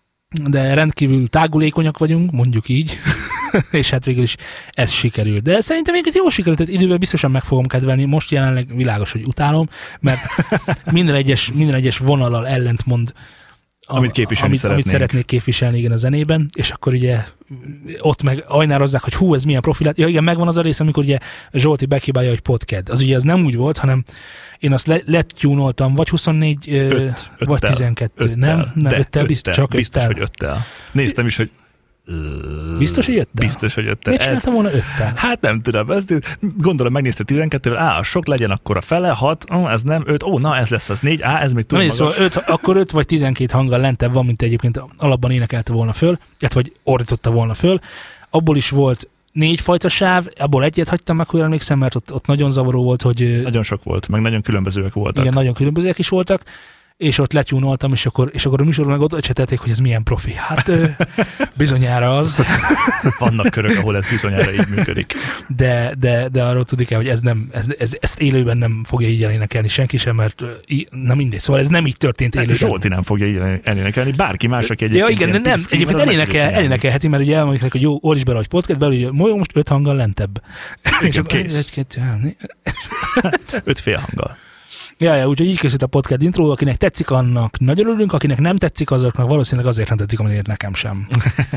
de rendkívül tágulékonyak vagyunk, mondjuk így, és hát végül is ez sikerült. De szerintem még ez jól sikerült, tehát idővel biztosan meg fogom kedvelni, most jelenleg világos, hogy utálom, mert minden egyes, minden egyes vonallal ellentmond, a, Amit képviselni amit, amit szeretnénk. szeretnék képviselni, igen, a zenében, és akkor ugye ott meg ajnározzák, hogy hú, ez milyen profilát. Ja igen, megvan az a rész, amikor ugye Zsolti bekibálja, hogy podcast. Az ugye az nem úgy volt, hanem én azt le, lettyúnoltam, vagy huszonnégy, Öt, vagy öttel, tizenkettő. öttel, nem, nem, de öttel, biztos, csak biztos, öttel. hogy öttel. Néztem is, hogy Biztos, hogy öttel? Biztos, hogy öttel. Miért csináltam volna öttel? Hát nem tudom, ezt gondolom megnézte tizenkettővel, á, sok legyen akkor a fele, hat, ó, ez nem, öt, ó, na ez lesz az négy, á, ez még túl Na, magas. szóval öt, akkor öt vagy tizenkét hanggal lentebb van, mint egyébként alapban énekelte volna föl, vagy ordította volna föl. Abból is volt négy fajta sáv, abból egyet hagytam meg, hogy emlékszem, mert ott, ott nagyon zavaró volt, hogy Nagyon sok volt, meg nagyon különbözőek voltak. igen, nagyon különbözőek is voltak, és ott letyúnoltam, és akkor, és akkor a műsorban meg ott csetelték, hogy ez milyen profi. Hát ö, bizonyára az, Vannak körök, ahol ez bizonyára így működik. de, de, de arról tudni kell, hogy ez nem, ez, ez, ezt élőben nem fogja így elénekelni senki sem, mert ö, í- na mindegy, szóval ez nem így történt élőben. Zsolti nem fogja így elénekelni, bárki más, aki egyébként Ja igen, de ilyen nem, tíz film, egyébként az meg elénekel, tudja csinálni. elénekelheti, mert ugye elmondjuk neki, hogy jó, oldj bele, hogy podcast, belül, hogy jó, most öt hanggal lentebb. Igen, akkor kész. egy, kettő, három, négy. Öt fél hanggal. Ja, ja, úgyhogy így készült a podcast intro, akinek tetszik, annak nagyon örülünk, akinek nem tetszik, azoknak valószínűleg azért nem tetszik, amiért nekem sem.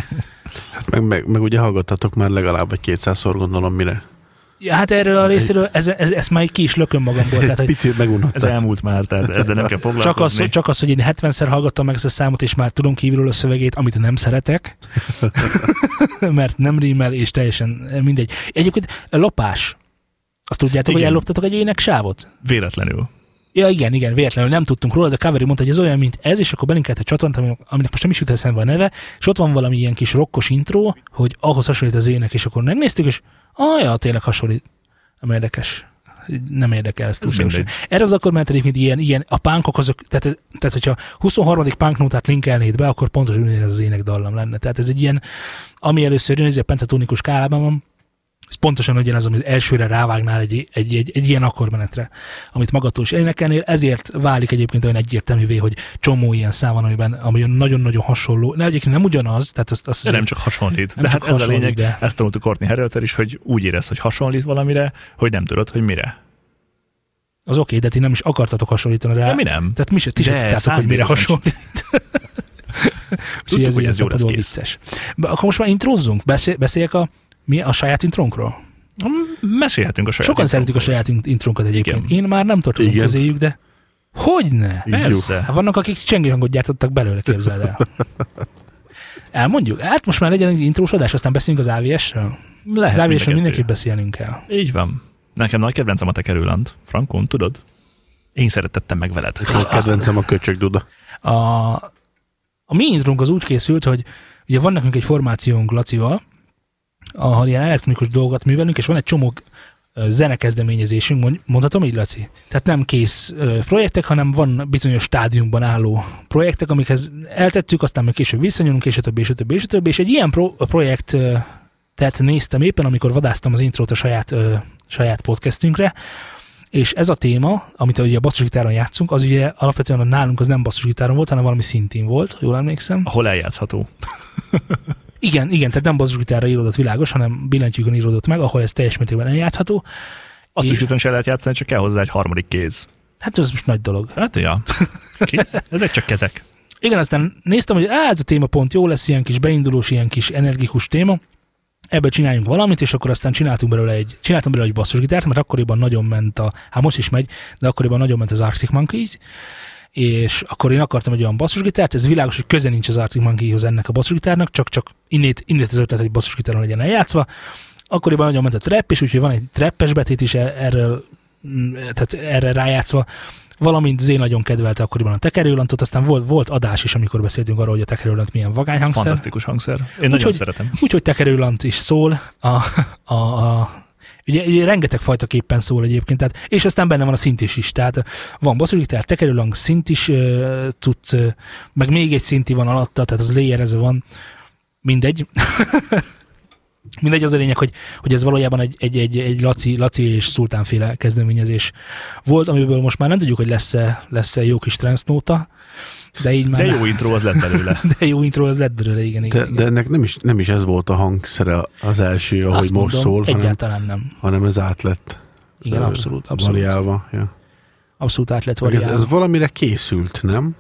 Hát meg, meg, meg ugye hallgattatok már legalább egy kétszázszor, gondolom, mire. Ja, hát erről a részéről, ez, ez, ezt már ki is lököm magamból. Tehát, hogy Picit Ez megunhattad. elmúlt már, tehát ezzel nem kell csak, az, foglalkozni. hogy- csak az, hogy én hetvenszer hallgattam meg ezt a számot, és már tudom kívülről a szövegét, amit nem szeretek, mert nem rímel, és teljesen mindegy. Egyébként lopás. Azt tudjátok, Igen. hogy elloptatok egy éneksávot? Véletlenül. Ja, igen, igen, véletlenül nem tudtunk róla, de Kaveri mondta, hogy ez olyan, mint ez, és akkor belinkelt egy csatornát, aminek aminek most nem is jut eszembe a neve, és ott van valami ilyen kis rokkos intro, hogy ahhoz hasonlít az ének, és akkor megnéztük, és ah, ja, tényleg hasonlít. Nem érdekes. Nem érdekel ezt túlságosan. mindegy. Erre az akkor ment egyébként ilyen, ilyen, a punkok azok, tehát, tehát hogyha huszonharmadik punknótát linkelnéd be, akkor pontosan ez az ének dallam lenne. Tehát ez egy ilyen, ami először jön, ez a pentatonikus skálában van, ez pontosan ugyanaz, amit elsőre rávágnál egy, egy, egy, egy ilyen akkordmenetre, amit magadtól is énekelnél, ezért válik egyébként olyan egyértelművé, hogy csomó ilyen szám van, amiben, ami nagyon-nagyon hasonló. Ne, egyébként nem ugyanaz, tehát azt, azt De nem csak hasonlít. Nem De csak hát ez a hasonlít, lényeg, de- ezt tanultuk Courtney Harrelter is, hogy úgy érez, hogy hasonlít valamire, hogy nem tudod, hogy mire. az oké, de ti nem is akartatok hasonlítani rá. De mi nem? Tehát mi se, ti sem De tudtátok, hogy mire szándékosan hasonlít. Tudtuk, ez hogy ilyen ez jó lesz, szempontból kész. vicces. Be- Akkor most már intrózzunk? Beszél, beszéljek a, mi, a saját intrónkról? Mesélhetünk a saját Sokan szeretik a intrónkról. saját in- intrónkat egyébként. Igen. Én már nem tartozom Igen. közéjük, de Hogyne? Persze. Hát vannak, akik csengőhangot gyártottak belőle, képzeld el. Elmondjuk? Hát most már legyen egy intrós adás, aztán beszélünk az á vé es-ről. Lehet Az á vé es-ről mind a mindenképp kettő. beszélnünk kell. Így van. Nekem nagy kedvencem a tekerőlant. Frankon, tudod? Én szeretettem meg veled. A kedvencem a köcsög duda. A, a mi intrónk az úgy készült, hogy ugye van nekünk egy formációnk Lacival, ahol ilyen elektronikus dolgokat művelünk, és van egy csomó ö, zenekezdeményezésünk, mond, mondhatom így, Laci? Tehát nem kész ö, projektek, hanem van bizonyos stádiumban álló projektek, amikhez eltettük, aztán még később visszanyúlunk, és a többi, és a többi, és a többi, és egy ilyen pro, projekt ö, tehát néztem éppen, amikor vadásztam az intrót a saját, ö, saját podcastünkre, és ez a téma, amit ugye a basszusgitáron játszunk, az ugye alapvetően a nálunk az nem basszusgitáron volt, hanem valami szintén volt, jól emlékszem. Ahol eljátszható. Igen, igen, tehát nem basszusgitárra íródott világos, hanem billentyűkön íródott meg, ahol ez teljes mértékben eljátszható. Azt És- is gitáron se lehet játszani, csak kell hozzá egy harmadik kéz. Hát ez most nagy dolog. Hát, ja. Ki? Ezek csak kezek. Igen, aztán néztem, hogy á, ez a téma pont jó lesz, ilyen kis beindulós, ilyen kis energikus téma. Ebből csináljunk valamit, és akkor aztán csináltunk belőle egy, csináltam belőle egy basszusgitárt, mert akkoriban nagyon ment a, hát most is megy, de akkoriban nagyon ment az Arctic Monkeys, és akkor én akartam egy olyan basszusgitárt, ez világos, hogy köze nincs az Arctic Monkeyhoz ennek a basszusgitárnak, csak, csak innét, innét az ötlet, hogy basszusgitáron legyen eljátszva. Akkoriban nagyon ment a trap, és úgyhogy van egy trappes betét is erről, tehát erre rájátszva, valamint Zé nagyon kedvelte akkoriban a tekerőlantot, aztán volt, volt adás is, amikor beszéltünk arról, hogy a tekerőlant milyen vagány hangszer. Fantasztikus hangszer. Én nagyon Úgyhogy- szeretem. Úgyhogy tekerőlant is szól, a, a, a ugye, ugye rengeteg fajta képpen szól egyébként, tehát, és aztán benne van a szint is is, tehát van basszusgitár, tekerőlang, szint is uh, tudsz, uh, meg még egy szinti van alatta, tehát az layerezve van, mindegy. Mindegy, az a lényeg, hogy, hogy ez valójában egy, egy, egy, egy Laci, Laci és Szultánféle kezdeményezés volt, amiből most már nem tudjuk, hogy lesz-e, lesz-e jó kis transznóta, de így már De nem. jó intro az lett belőle. De jó intro, az lett belőle, igen, igen. De, igen. de ennek nem is, nem is ez volt a hangszere az első, ahogy Azt most mondom, szól, hanem, egyáltalán nem. hanem ez át lett Igen, ö, abszolút, abszolút. variálva. Ja. Abszolút át lett Meg Ez, variálva. ez valamire készült, nem?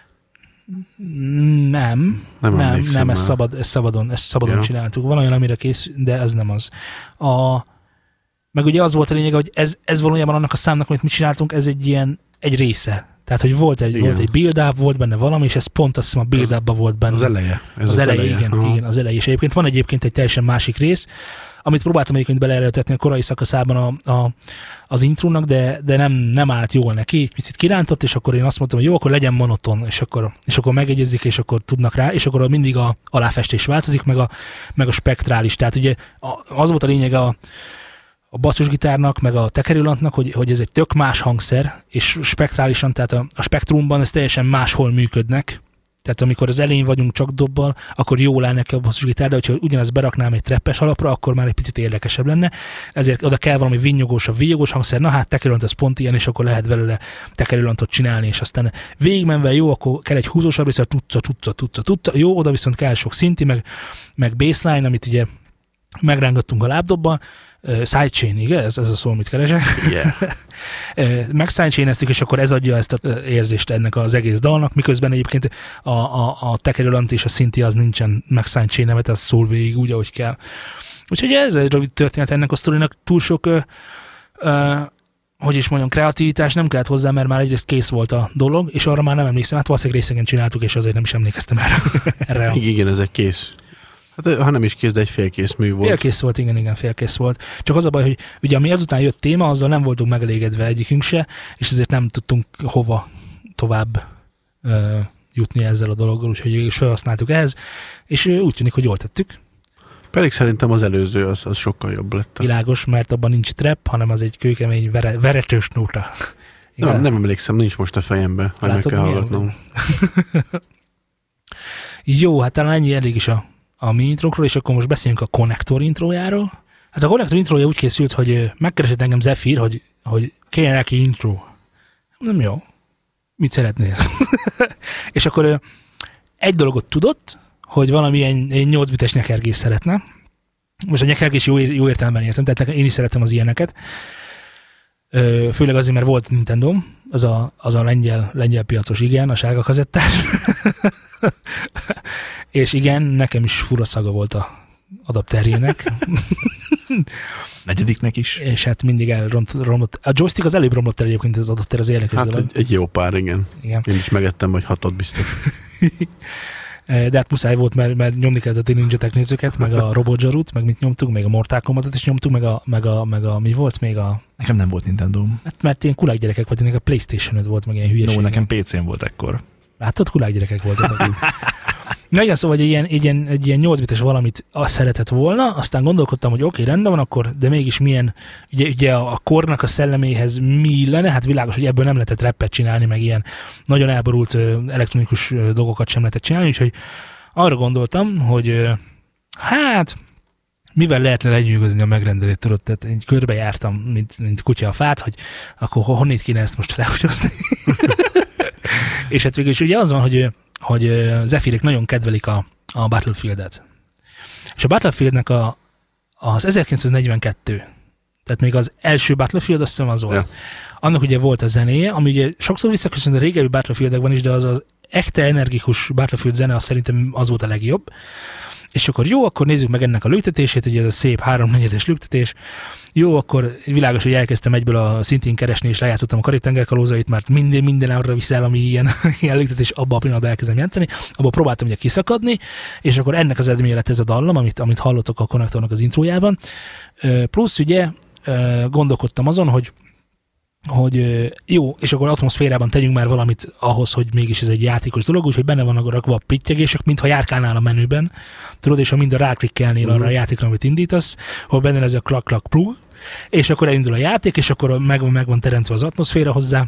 Nem, Nem, nem, emlékszem nem, ezt, már. szabad, ezt szabadon, ezt szabadon Ja. csináltuk. Van olyan, amire kész, de ez nem az. A, meg ugye az volt a lényeg, hogy ez, ez valójában annak a számnak, amit mi csináltunk, ez egy ilyen, egy része. Tehát, hogy volt egy, Igen. volt egy build-up, volt benne valami, és ez pont azt hiszem a build-upban volt benne. Az eleje. Ez az, az eleje, igen, Aha. igen, az eleje. És egyébként van egyébként egy teljesen másik rész, amit próbáltam egyébként beleerőltetni a korai szakaszában a, a, az intrónak, de, de nem, nem állt jól neki, egy picit kirántott, és akkor én azt mondtam, hogy jó, akkor legyen monoton, és akkor, és akkor megegyezik, és akkor tudnak rá, és akkor mindig a aláfestés változik, meg a, meg a spektrális. Tehát ugye az volt a lényeg a, a basszusgitárnak, meg a tekerőlantnak, hogy, hogy ez egy tök más hangszer, és spektrálisan, tehát a, a spektrumban ez teljesen máshol működnek. Tehát amikor az elején vagyunk csak dobbal, akkor jól áll neki a basszusgitár, de hogyha ugyanezt beraknám egy treppes alapra, akkor már egy picit érdekesebb lenne. Ezért oda kell valami vinnyogósabb, vinnyogós hangszer, na hát tekerőlant az pont ilyen, és akkor lehet belőle tekerőlantot csinálni, és aztán végigmenve jó, akkor kell egy húzósabb része, tutca, tutca, tutca, tutca, jó, oda viszont kell sok szinti, meg, meg baseline, amit ugye megrángattunk a lábdobban, uh, sidechain, igen? Ez, ez a szó, amit keresek. Yeah. Meg sidechaineztük, és akkor ez adja ezt az érzést ennek az egész dalnak, miközben egyébként a, a, a tekerőlant és a szinti az nincsen meg sidechainelve, az szól végig úgy, ahogy kell. Úgyhogy ez egy rövid történet ennek a sztorinak, túl sok ö, ö, hogy is mondjam, kreativitás nem kellett hozzá, mert már egyrészt kész volt a dolog, és arra már nem emlékszem, hát valószínűleg részegen csináltuk, és azért nem is emlékeztem erre. erre a... Igen, ez egy kész. Hát ha nem is kész, de egy félkész mű volt. Félkész volt, igen, igen, félkész volt. Csak az a baj, hogy ugye ami ezután jött téma, azzal nem voltunk megelégedve egyikünk se, és ezért nem tudtunk hova tovább ö, jutni ezzel a dologgal, úgyhogy végül is felhasználtuk ehhez, és ö, úgy tűnik, hogy jól tettük. Pedig szerintem az előző az, az sokkal jobb lett. Világos, mert abban nincs trap, hanem az egy kőkemény, vere, veretős nóta. Nem, nem emlékszem, nincs most a fejembe, majd meg Látod, kell milyen hallgatnom. Jó, hát talán ennyi elég is a, a mi intrókról, és akkor most beszéljünk a konnektor intrójáról. Hát a konnektor intrója úgy készült, hogy ö, megkeresett engem Zephyr, hogy, hogy kéne neki intro. Nem jó. Mit szeretnél? És akkor ö, egy dologot tudott, hogy valamilyen nyolc bites nyekergés szeretne. Most a nyekergés jó, jó értelemben értem, tehát én is szeretem az ilyeneket. Ö, főleg azért, mert volt Nintendom, az a, az a lengyel, lengyel piacos, igen, a sárga kazettás. És igen, nekem is fura szaga volt a adapterjének. Negyediknek is. És hát mindig elromlott. A joystick az előbb romlott el egyébként az adapter, az érdekes Hát egy, egy jó pár, igen. igen. Én is megettem, vagy hatot biztos. De hát muszáj volt, mert, mert nyomni kellett a Ninja Tech nézőket, meg a Robot Zsarut, meg mit nyomtuk, meg a Mortal Kombatot is nyomtuk, meg a, meg a, meg a mi volt még a... Nekem nem volt Nintendo-m. Hát mert ilyen kulák gyerekek voltunk, a PlayStation-öd volt, meg ilyen hülyeség. No, nekem pé cén volt ekkor. Látod, kulák gyerekek voltak. Na igen, szóval egy ilyen, egy ilyen, egy ilyen nyolc bites valamit azt szeretett volna, aztán gondolkodtam, hogy oké, okay, rendben van, akkor, de mégis milyen, ugye, ugye a kornak a szelleméhez mi illene, hát világos, hogy ebből nem lehetett rappet csinálni, meg ilyen nagyon elborult elektronikus dolgokat sem lehetett csinálni, úgyhogy arra gondoltam, hogy hát mivel lehetne legyűgözni a megrendelést, tudod, tehát én körbejártam, mint, mint kutya a fát, hogy akkor honnét kéne ezt most lehúgyozni. És hát végül is ugye az van, hogy hogy Zephyrek nagyon kedvelik a, a Battlefieldet. És a Battlefieldnek a, az ezerkilencszáznegyvenkettő, tehát még az első Battlefield, azt hiszem az volt. Ja. Annak ugye volt a zenéje, ami ugye sokszor visszaköszön a régebbi Battlefieldekben is, de az az ekte energikus Battlefield zene, az szerintem az volt a legjobb. És akkor jó, akkor nézzük meg ennek a lüktetését, ugye ez a szép háromnegyedes lüktetés. Jó, akkor világos, hogy elkezdtem egyből a szintén keresni, és lejátszottam a Karib-tenger kalózait, mert minden, minden arra viszel, ami ilyen, ilyen lüktetés, abban a pillanatban elkezdem játszani. Abban próbáltam ugye kiszakadni, és akkor ennek az eredménye lett ez a dallam, amit, amit hallottok a Konnektornak az intrójában. Plusz ugye gondolkodtam azon, hogy hogy jó, és akkor atmoszférában tegyünk már valamit ahhoz, hogy mégis ez egy játékos dolog, úgyhogy benne vannak rakva a pittyegések, mintha járkálnál a menüben, tudod, és ha mind a ráklikkelnél uh-huh. arra a játékra, amit indítasz, hol benne ez a klak-klak plug, és akkor elindul a játék, és akkor meg, meg van teremtve az atmoszféra hozzá.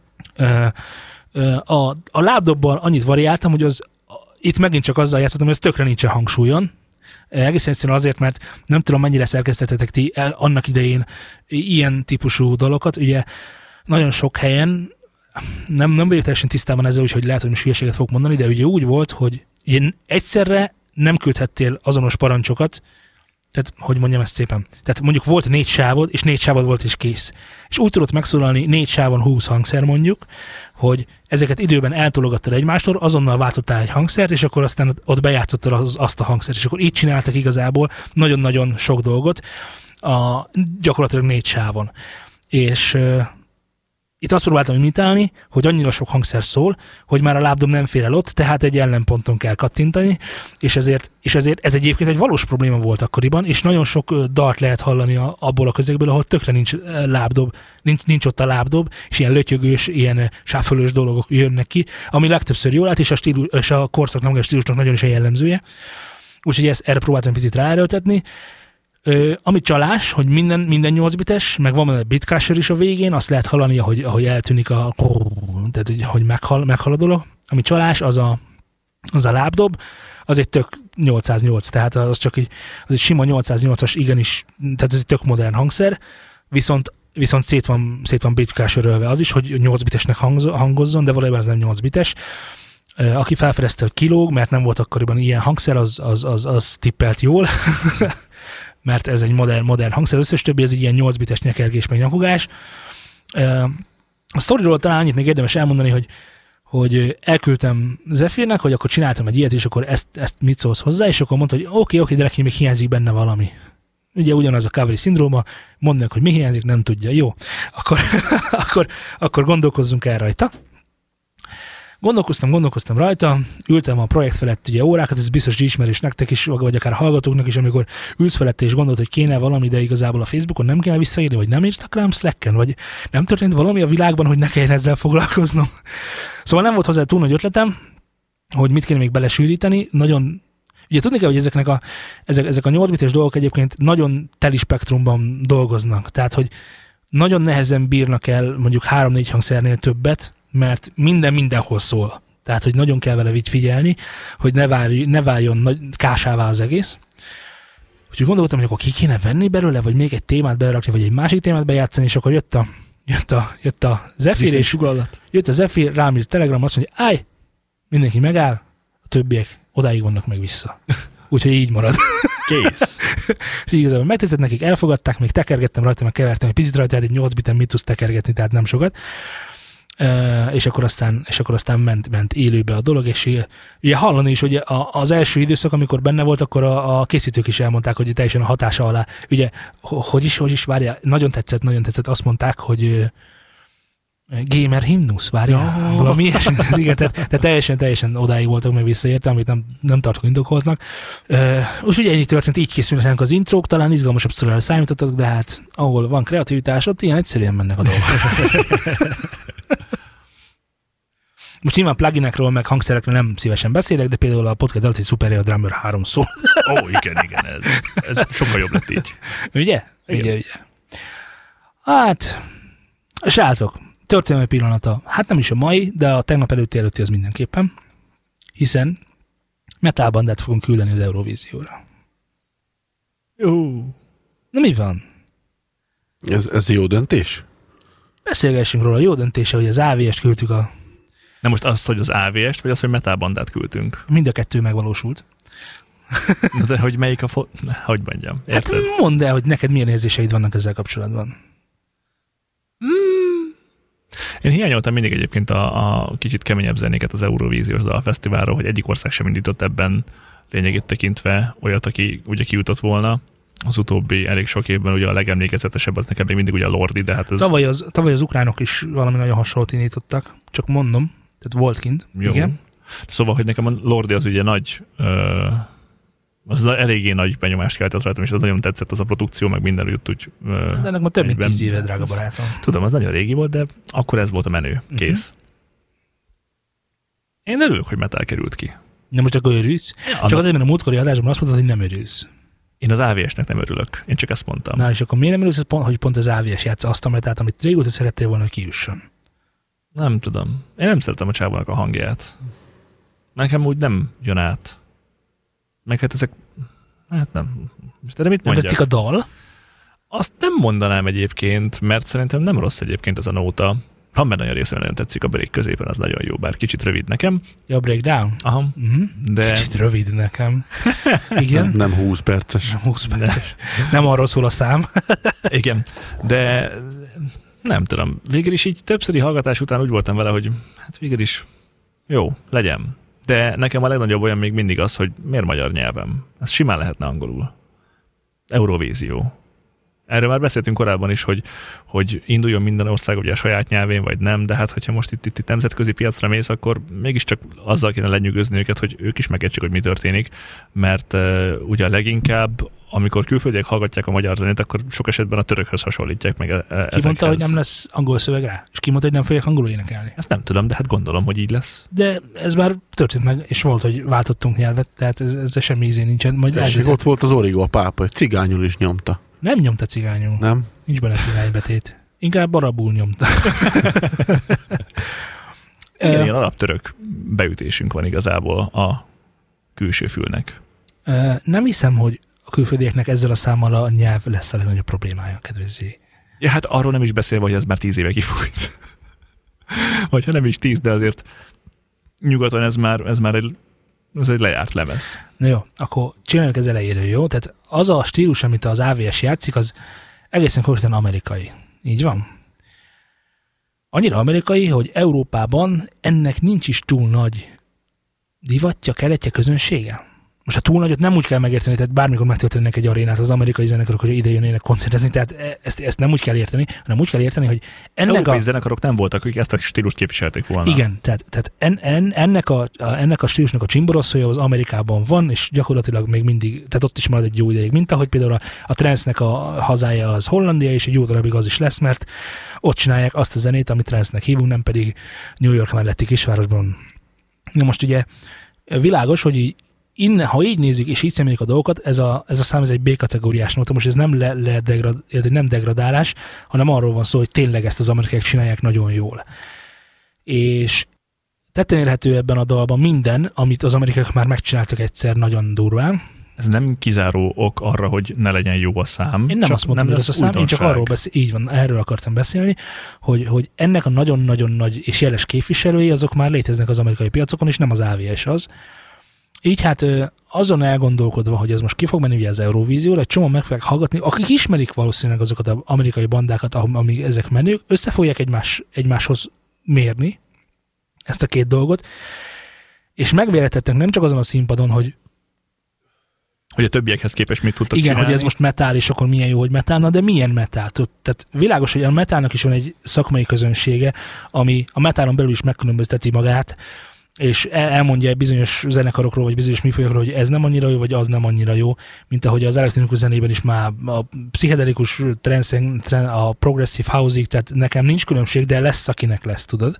A, a lábdobban annyit variáltam, hogy az, itt megint csak azzal játszottam, hogy ez tökre nincsen hangsúlyon. Egészen egyszerűen azért, mert nem tudom, mennyire szerkesztettetek ti annak idején ilyen típusú dolgokat. Ugye nagyon sok helyen, nem, nem vagyok teljesen tisztában ezzel, úgyhogy lehet, hogy most hülyeséget fogok mondani, de ugye úgy volt, hogy ugye egyszerre nem küldhettél azonos parancsokat, tehát, hogy mondjam ezt szépen. Tehát mondjuk volt négy sávod, és négy sávod volt, és kész. És úgy tudott megszólalni négy sávon húsz hangszer mondjuk, hogy ezeket időben eltologattad egymástól, azonnal váltottál egy hangszert, és akkor aztán ott bejátszottad az, azt a hangszert, és akkor így csináltak igazából nagyon-nagyon sok dolgot, a, gyakorlatilag négy sávon. És uh, itt azt próbáltam imitálni, hogy annyira sok hangszer szól, hogy már a lábdob nem fér el ott, tehát egy ellenponton kell kattintani, és ezért, és ezért ez egyébként egy valós probléma volt akkoriban, és nagyon sok dalt lehet hallani a, abból a közegből, ahol tökre nincs lábdob, nincs, nincs ott a lábdob, és ilyen lötyögős, ilyen sáfölős dolgok jönnek ki, ami legtöbbször jól állt, és a, stílus, és a korszaknak, a stílusnak nagyon is a jellemzője. Úgyhogy ezt, erre próbáltam picit ráerőltetni. Ö, ami csalás, hogy minden, minden nyolc bites, meg van egy bitcrusher is a végén, azt lehet hallani, ahogy, ahogy eltűnik a... Tehát, hogy meghal, meghal a dolog. Ami csalás, az a, az a lábdob, az egy tök nyolcszáznyolc, tehát az csak egy, az egy sima nyolcszáznyolcas, igenis, tehát ez egy tök modern hangszer, viszont, viszont szét van, szét van bitcrusherölve az is, hogy nyolc bitesnek hangozzon, de valójában ez nem nyolc bites. Aki felfedezte, hogy kilóg, mert nem volt akkoriban ilyen hangszer, az, az, az, az tippelt jól. Mert ez egy modern, modern hangszer, az összes többi ez egy ilyen nyolc bites nyekergés, meg nyakogás. A sztoriról talán annyit még érdemes elmondani, hogy, hogy elküldtem Zephyrnek, hogy akkor csináltam egy ilyet, és akkor ezt, ezt mit szólsz hozzá, és akkor mondta, hogy oké, okay, oké, okay, de neki még hiányzik benne valami. Ugye ugyanaz a Cavalry szindróma, mondnak, hogy mi hiányzik, nem tudja. Jó, akkor, akkor, akkor gondolkozzunk el rajta. Gondolkoztam, gondolkoztam rajta, ültem a projekt felett ugye órákat, ez biztos ismerős nektek is, vagy akár hallgatóknak is, amikor ülsz felett és gondolod, hogy kéne valami, de igazából a Facebookon nem kéne visszaírni, vagy nem írtak rám Slacken, vagy nem történt valami a világban, hogy ne kelljen ezzel foglalkoznom. Szóval nem volt hozzá túl nagy ötletem, hogy mit kéne még belesűríteni. Nagyon, ugye tudni kell, hogy ezeknek a, ezek, ezek a nyolc bites dolgok egyébként nagyon teli spektrumban dolgoznak. Tehát, hogy nagyon nehezen bírnak el mondjuk három-négy hangszernél többet, mert minden mindenhol szól. Tehát, hogy nagyon kell vele figyelni, hogy ne, várj, ne váljon nagy, kásává az egész. Úgyhogy gondoltam, hogy akkor ki kéne venni belőle, vagy még egy témát belerakni, vagy egy másik témát bejátszani, és akkor jött a, jött a, jött a Zephyr, és sugallat. Jött a Zephyr, rám írt Telegram, azt mondja, állj, mindenki megáll, a többiek odáig vannak meg vissza. Úgyhogy így marad. Kész. És igazából megtetszett nekik, elfogadták, még tekergettem rajta, meg kevertem egy picit rajta, tehát egy nyolc biten mit tudsz tekergetni, tehát nem sokat. Uh, és akkor aztán, és akkor aztán ment, ment élőbe a dolog, és ugye hallani is, hogy a, az első időszak, amikor benne volt, akkor a, a készítők is elmondták, hogy teljesen a hatása alá, ugye, hogy is, hogy is, várjál, nagyon tetszett, nagyon tetszett, azt mondták, hogy gamer himnusz, várjál, ja. valami ilyesmi, igen, tehát, tehát teljesen, teljesen odáig voltak, meg visszaértem, amit nem, nem tartok indokoltnak. Uh, Úgyhogy ennyi történt, így készülnek az intrók, talán izgalmasabb sztorira számítottak, de hát ahol van kreativitás, ott ilyen egyszerűen mennek a dolgok. Most nyilván pluginekről, meg hangszerekről nem szívesen beszélek, de például a podcast előtt egy Super Air Drummer három szól. Ó, oh, igen, igen, ez, ez sokkal jobb lett így. Ugye? Igen. Ugye, ugye. Hát, srácok, történelmi pillanata. Hát nem is a mai, de a tegnap előtti előtti az mindenképpen, hiszen metalbandát fogunk küldeni az Eurovízióra. Jó. Na mi van? Ez, ez jó döntés? Beszélgessünk róla. Jó döntése, hogy az á vé est küldtük a... Nem most azt, hogy az á vé est, vagy az, hogy metalbandát küldtünk? Mind a kettő megvalósult. De hogy melyik a... Fo... Hogy mondjam, érted? Hát mondd el, hogy neked milyen érzéseid vannak ezzel kapcsolatban. Hmm. Én hiányoltam mindig egyébként a, a kicsit keményebb zenéket az Eurovíziós Dalfesztiválról, hogy egyik ország sem indított ebben lényegét tekintve olyat, aki ugye kijutott volna. Az utóbbi elég sok évben ugye a legemlékezetesebb az nekem még mindig ugye a Lordi, de hát ez... Tavaly az, tavaly az ukránok is valami nagyon hasonlót indítottak, csak mondom, tehát volt kint. Jó. Igen. Szóval, hogy nekem a Lordi az ugye nagy, ö, az eléggé nagy benyomást keltett rajtam, és az nagyon tetszett az a produkció, meg minden jött úgy... Ö, de ennek már több mint egyben, tíz éve, drága barátom. Tudom, az nagyon régi volt, de akkor ez volt a menő. Kész. Uh-huh. Én örülök, hogy metal került ki. De most akkor örülsz? Ja, csak azért, mert a múltkori adásban azt mondtad, hogy nem örülsz. Én az á vé esnek nem örülök. Én csak ezt mondtam. Na, és akkor miért nem örülsz, hogy pont az á vé es játsza azt a metát, amit régóta szerettél volna, hogy kijusson? Nem tudom. Én nem szeretem a csávónak a hangját. Nekem úgy nem jön át. Meg hát ezek... Hát nem. De mit nem tetszik a dal? Azt nem mondanám egyébként, mert szerintem nem rossz egyébként ez a nóta. Van benne olyan része, nagyon tetszik a break középen, az nagyon jó, bár kicsit rövid nekem. Ja, a breakdown? Aha. Uh-huh. De... Kicsit rövid nekem. Igen? Nem, nem húsz perces. Nem húsz perces. De... Nem arról szól a szám. Igen, de nem tudom. Végül is így többszöri hallgatás után úgy voltam vele, hogy hát végül is jó, legyen. De nekem a legnagyobb olyan még mindig az, hogy miért magyar nyelvem. Ez simán lehetne angolul. Eurovízió. Erről már beszéltünk korábban is, hogy, hogy induljon minden ország ugye a saját nyelvén, vagy nem, de hát hogyha most itt, itt, itt nemzetközi piacra mész, akkor mégiscsak azzal kéne lenyűgözni őket, hogy ők is megértsék, hogy mi történik, mert uh, ugye leginkább, amikor külföldiek hallgatják a magyar zenét, akkor sok esetben a törökhöz hasonlítják meg ezekhez. Ki mondta, hogy nem lesz angol szöveg rá? És ki mondta, hogy nem fogják angolul énekelni? Ezt nem tudom, de hát gondolom, hogy így lesz. De ez már történt meg, és volt, hogy váltottunk nyelvet, tehát ez, ez semmi ízén nincsen. Majd Esik, ott volt az Origo a pápa, hogy cigányul is nyomta. Nem nyomta cigányul. Nem? Nincs benne cigánybetét. Inkább arabul nyomta. Igen, uh, ilyen alaptörök beütésünk van igazából a külső fülnek. Uh, nem hiszem, hogy a külföldieknek ezzel a számmal a nyelv lesz a legnagyobb problémája, kedvezzé. Ja, hát arról nem is beszélve, hogy ez már tíz éve kifújt. Vagy ha nem is tíz, de azért nyugaton ez már, ez már egy, ez egy lejárt lemez. Na jó, akkor csináljuk ez elejéről, jó? Tehát az a stílus, amit az á vé es játszik, az egészen konkrétan amerikai. Így van? Annyira amerikai, hogy Európában ennek nincs is túl nagy divatja, keletje, közönsége. Most a túl nagyot nem úgy kell megérteni, tehát bármikor megtöltenek egy arénát az amerikai zenekarok, hogy ide jönnének koncertezni, tehát ezt, ezt nem úgy kell érteni, hanem úgy kell érteni, hogy ennek európai a... zenekarok nem voltak, akik ezt a stílust képviselték volna. Igen, tehát, tehát en, en, ennek, a, ennek a stílusnak a csimboroszója az Amerikában van, és gyakorlatilag még mindig, tehát ott is marad egy jó ideig, mint ahogy például a, a trance-nek a hazája az Hollandia, és egy jó darabig az is lesz, mert ott csinálják azt a zenét, amit trance-nek hívunk, nem pedig New York melletti kisvárosban. Na most ugye világos, hogy így innen, ha így nézzük és így szemléljük a dolgokat, ez a, ez a szám ez egy bé-kategóriás nóta, most ez nem, le, le degrad, nem degradálás, hanem arról van szó, hogy tényleg ezt az amerikaiak csinálják nagyon jól. És tetten érhető ebben a dalban minden, amit az amerikaiak már megcsináltak egyszer nagyon durván. Ez nem kizáró ok arra, hogy ne legyen jó a szám. Én nem azt mondtam, hogy ez a szám, újdonság. Én csak arról beszél, így van, erről akartam beszélni, hogy, hogy ennek a nagyon-nagyon nagy és jeles képviselői, azok már léteznek az amerikai piacokon, és nem az á vé es az. Így hát azon elgondolkodva, hogy ez most ki fog menni ugye az Eurovízióra, egy csomó meg fogják hallgatni, akik ismerik valószínűleg azokat az amerikai bandákat, amíg ezek menők, összefogják egymás, egymáshoz mérni ezt a két dolgot, és megvéletettek nem csak azon a színpadon, hogy hogy a többiekhez képest mit tudtak igen, csinálni. hogy ez most metál, és akkor milyen jó, hogy metálna, de milyen metál? Tehát világos, hogy a metálnak is van egy szakmai közönsége, ami a metálon belül is megkülönbözteti magát, és elmondja bizonyos zenekarokról, vagy bizonyos műfajokról, hogy ez nem annyira jó, vagy az nem annyira jó, mint ahogy az elektronikus zenében is már a pszichedelikus, trance, a progressive house-ig, tehát nekem nincs különbség, de lesz, akinek lesz, tudod.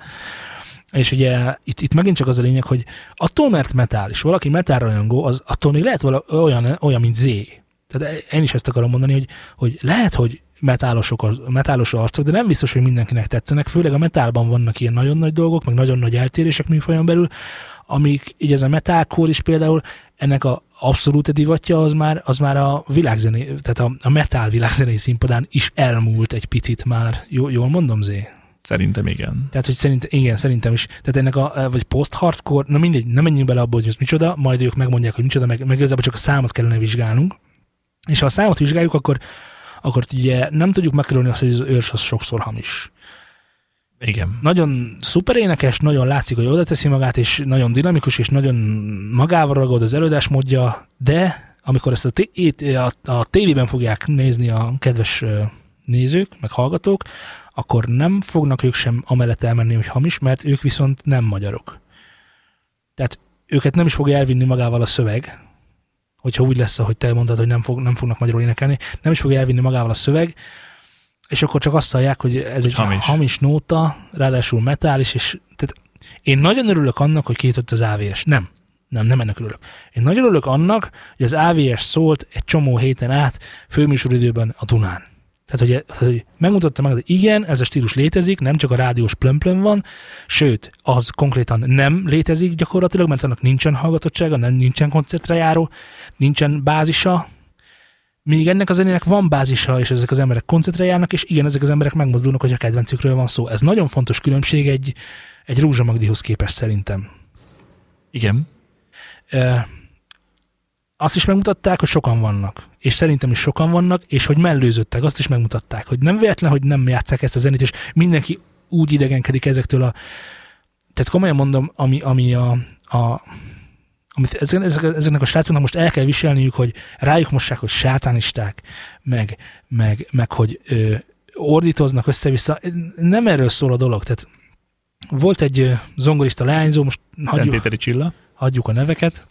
És ugye itt, itt megint csak az a lényeg, hogy attól, mert metál, és valaki metál rajongó, az attól még lehet vala, olyan, olyan, mint Z. Tehát én is ezt akarom mondani, hogy, hogy lehet, hogy metálosok, metálos arcok, de nem biztos, hogy mindenkinek tetszenek, főleg a metálban vannak ilyen nagyon nagy dolgok, meg nagyon nagy eltérések műfajon belül, amik így ez a metalcore is például, ennek a abszolút divatja az már, az már a világzené, tehát a, a metal világzenei színpadán is elmúlt egy picit már. J- jól mondom, Zé? Szerintem igen. Tehát, hogy szerintem, igen, szerintem is. Tehát ennek a, vagy post-hardcore, na mindegy, nem menjünk bele abba, hogy ez micsoda, majd ők megmondják, hogy micsoda, meg, meg igazából csak a számot kellene vizsgálnunk. És ha a számot vizsgáljuk, akkor, akkor ugye nem tudjuk megkerülni azt, hogy az őrs az sokszor hamis. Igen. Nagyon szuper énekes, nagyon látszik, hogy oda teszi magát, és nagyon dinamikus, és nagyon magával ragad az előadásmódja, de amikor ezt a, té- a, a tévében fogják nézni a kedves nézők, meg hallgatók, akkor nem fognak ők sem amellett elmenni, hogy hamis, mert ők viszont nem magyarok. Tehát őket nem is fog elvinni magával a szöveg, hogyha úgy lesz, ahogy te mondtad, hogy nem, fog, nem fognak magyarul énekelni, nem is fog elvinni magával a szöveg, és akkor csak azt hallják, hogy ez egy hamis, hamis nóta, ráadásul metális, és tehát én nagyon örülök annak, hogy kijutott az á vé es. Nem, nem, nem ennek örülök. Én nagyon örülök annak, hogy az á vé es szólt egy csomó héten át főműsoridőben a Dunán. Tehát, hogy, tehát, hogy megmutatta meg, hogy igen, ez a stílus létezik, nem csak a rádiós plömplöm van, sőt, az konkrétan nem létezik gyakorlatilag, mert annak nincsen hallgatottsága, nem nincsen koncertre járó, nincsen bázisa, míg ennek a zenének van bázisa, és ezek az emberek koncertre járnak, és igen, ezek az emberek megmozdulnak, hogy a kedvencükről van szó. Ez nagyon fontos különbség egy, egy Rózsa Magdihoz képest szerintem. Igen. E, azt is megmutatták, hogy sokan vannak. És szerintem is sokan vannak, és hogy mellőzöttek, azt is megmutatták, hogy nem véletlen, hogy nem játsszák ezt a zenét, és mindenki úgy idegenkedik ezektől a... Tehát komolyan mondom, ami, ami a... a amit ezeknek a srácoknak most el kell viselniük, hogy rájuk mossák, hogy sátánisták, meg, meg, meg hogy ö, ordítoznak össze-vissza. Nem erről szól a dolog. Tehát volt egy ö, zongorista leányzó, most hagyjuk, Csilla. hagyjuk a neveket,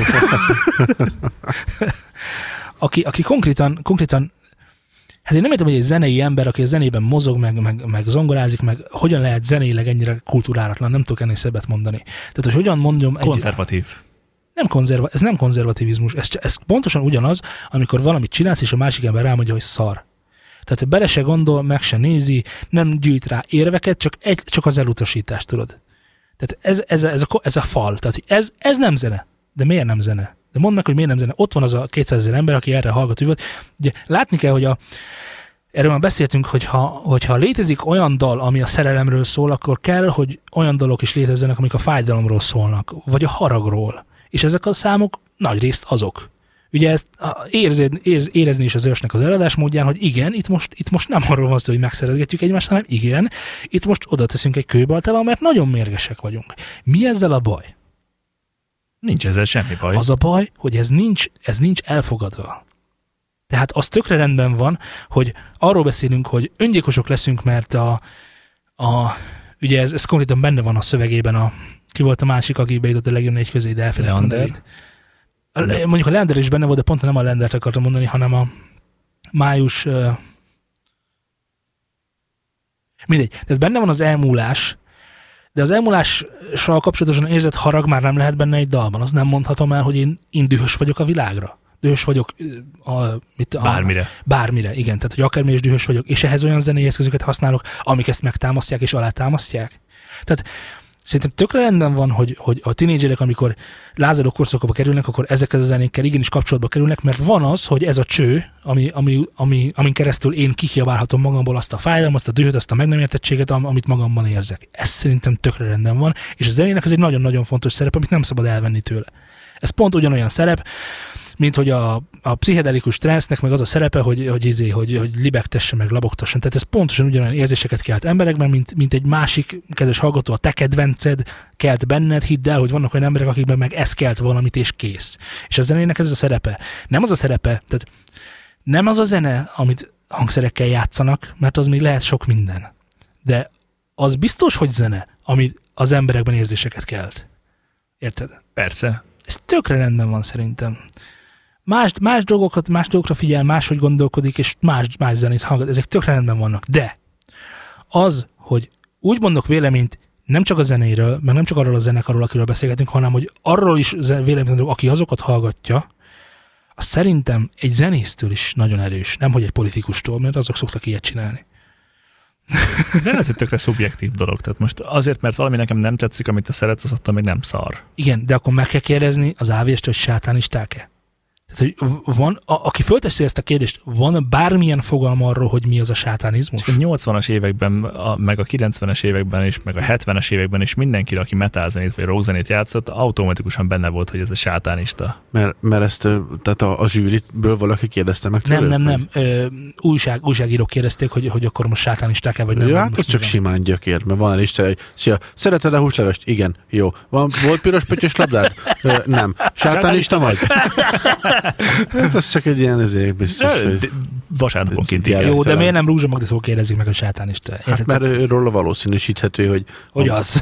aki, aki konkrétan, konkrétan hát én nem értem, hogy egy zenei ember, aki a zenében mozog, meg, meg, meg zongorázik, meg hogyan lehet zenéleg ennyire kulturálatlan, nem tudok ennél szebbet mondani. Tehát, hogy hogyan mondjam... Konzervatív. Egy, Nem konzerva, ez nem konzervativizmus, ez, ez pontosan ugyanaz, amikor valamit csinálsz, és a másik ember rámondja, hogy szar. Tehát bele se gondol, meg se nézi, nem gyűjt rá érveket, csak, egy, csak az elutasítást, tudod. Tehát ez, ez, ez, a, ez a fal, tehát ez, ez nem zene. De miért nem zene? De mondd meg, hogy miért nem zene. Ott van az a kétszázezer ember, aki erre hallgat, hogy ugye látni kell, hogy a erről már beszéltünk, hogyha, hogyha létezik olyan dal, ami a szerelemről szól, akkor kell, hogy olyan dalok is létezzenek, amik a fájdalomról szólnak, vagy a haragról. És ezek a számok nagyrészt azok. Ugye ezt érzed, érz, érezni is az őrsnek az eladásmódján, hogy igen, itt most, itt most nem arról van szó, hogy megszeretgetjük egymást, hanem igen, itt most oda teszünk egy kőbaltával, mert nagyon mérgesek vagyunk. Mi ezzel a baj? Nincs ezzel semmi baj. Az a baj, hogy ez nincs, ez nincs elfogadva. Tehát az tökre rendben van, hogy arról beszélünk, hogy öngyilkosok leszünk, mert a, a ugye ez, ez konkrétan benne van a szövegében, a, ki volt a másik, aki bejutott a legjobb négy közé, de elfelejtettem a nevét. Mondjuk a Leander is benne volt, de pont nem a Leandert akartam mondani, hanem a május... Uh, mindegy. Tehát benne van az elmúlás, de az elmúlással kapcsolatosan érzett harag már nem lehet benne egy dalban. Azt nem mondhatom el, hogy én, én dühös vagyok a világra. Dühös vagyok a, mit, a, bármire. Bármire, igen. Tehát, hogy akármilyen is dühös vagyok, és ehhez olyan zenei eszközöket használok, amik ezt megtámasztják és alátámasztják. Tehát szerintem tökre rendben van, hogy, hogy a tinédzserek, amikor lázadó korszakokba kerülnek, akkor ezekkel a zenékkel igenis kapcsolatba kerülnek, mert van az, hogy ez a cső, ami, ami, ami, amin keresztül én kikiabálhatom magamból azt a fájdalmat, azt a dühöt, azt a meg nem értettséget, amit magamban érzek. Ez szerintem tökre rendben van, és a zenének ez egy nagyon-nagyon fontos szerep, amit nem szabad elvenni tőle. Ez pont ugyanolyan szerep, mint hogy a, a pszichedelikus transznek meg az a szerepe, hogy, hogy, izé, hogy, hogy libegtesse meg, labogtasson. Tehát ez pontosan ugyanolyan érzéseket kelt emberekben, mint, mint egy másik kedves hallgató, a te kedvenced kelt benned, hidd el, hogy vannak olyan emberek, akikben meg ez kelt valamit, és kész. És a zenének ez a szerepe. Nem az a szerepe, tehát nem az a zene, amit hangszerekkel játszanak, mert az még lehet sok minden. De az biztos, hogy zene, ami az emberekben érzéseket kelt. Érted? Persze. Ez tökre rendben van szerintem. Más, más dolgokat, más dolgokra figyel, máshogy gondolkodik, és más, más zenét hallgat. Ezek tökre rendben vannak. De az, hogy úgy mondok véleményt nem csak a zenéről, meg nem csak arról a zenekarról, akiről beszélgetünk, hanem hogy arról is véleményt mondok, aki azokat hallgatja, az szerintem egy zenésztől is nagyon erős. Nem, hogy egy politikustól, mert azok szoktak ilyet csinálni. Ez egy tökre szubjektív dolog. Tehát most azért, mert valami nekem nem tetszik, amit te szeretsz, az attól még nem szar. Igen, de akkor meg kell kérdezni az á vé est, hogy sátánisták-e? Tehát, hogy van, a, aki fölteszi ezt a kérdést, van bármilyen fogalma arról, hogy mi az a sátánizmus? A nyolcvanas években, a, meg a kilencvenes években is, meg a hetvenes években is mindenki, aki metalzenét vagy rockzenét játszott, automatikusan benne volt, hogy ez a sátánista. Mert, mert ezt, tehát a, a zsűritből valaki kérdezte meg tőled? Nem, nem, nem. Ö, újság, újságírók kérdezték, hogy, hogy akkor most sátánisták-e, vagy nem. Ja, hát az csak van. Simán gyökér, mert van a lista, hogy szia, szereted a húslevest? Igen, jó. Van, volt piros pöttyös labdád? Ö, nem. Sátánista vagy? Hát ez csak egy ilyen ezért biztos, hogy... Vasárnaponként igen. Jó, de miért nem Rúzsa Magditól kérdezik meg a sátánista? Hát mert róla valószínűsíthető, hogy... Hogy az.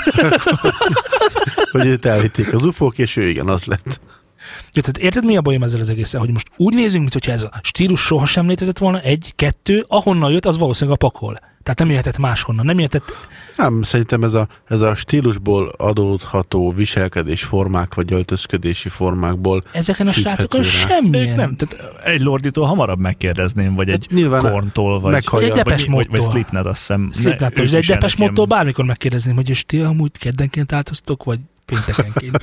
hogy őt elvitték az ufók, és ő igen, az lett. Ja, tehát érted, mi a bajom ezzel az egészen? Hogy most úgy nézünk, mintha ez a stílus sohasem létezett volna, egy, kettő, ahonnan jött, az valószínűleg a pakol. Tehát nem jöhetett máshonnan, nem jöhetett... Nem, szerintem ez a, ez a stílusból adódható viselkedés formák, vagy öltözködési formákból ezeken a srácokon semmilyen. Nem, tehát egy Lorditól hamarabb megkérdezném, vagy egy hát Korntól, vagy, vagy egy Depeche vagy, vagy Slipknot, azt hiszem. Slipknottól, de egy Depeche Mode-tól bármikor megkérdezném, hogy és ti amúgy keddenként áltoztok, vagy péntekenként.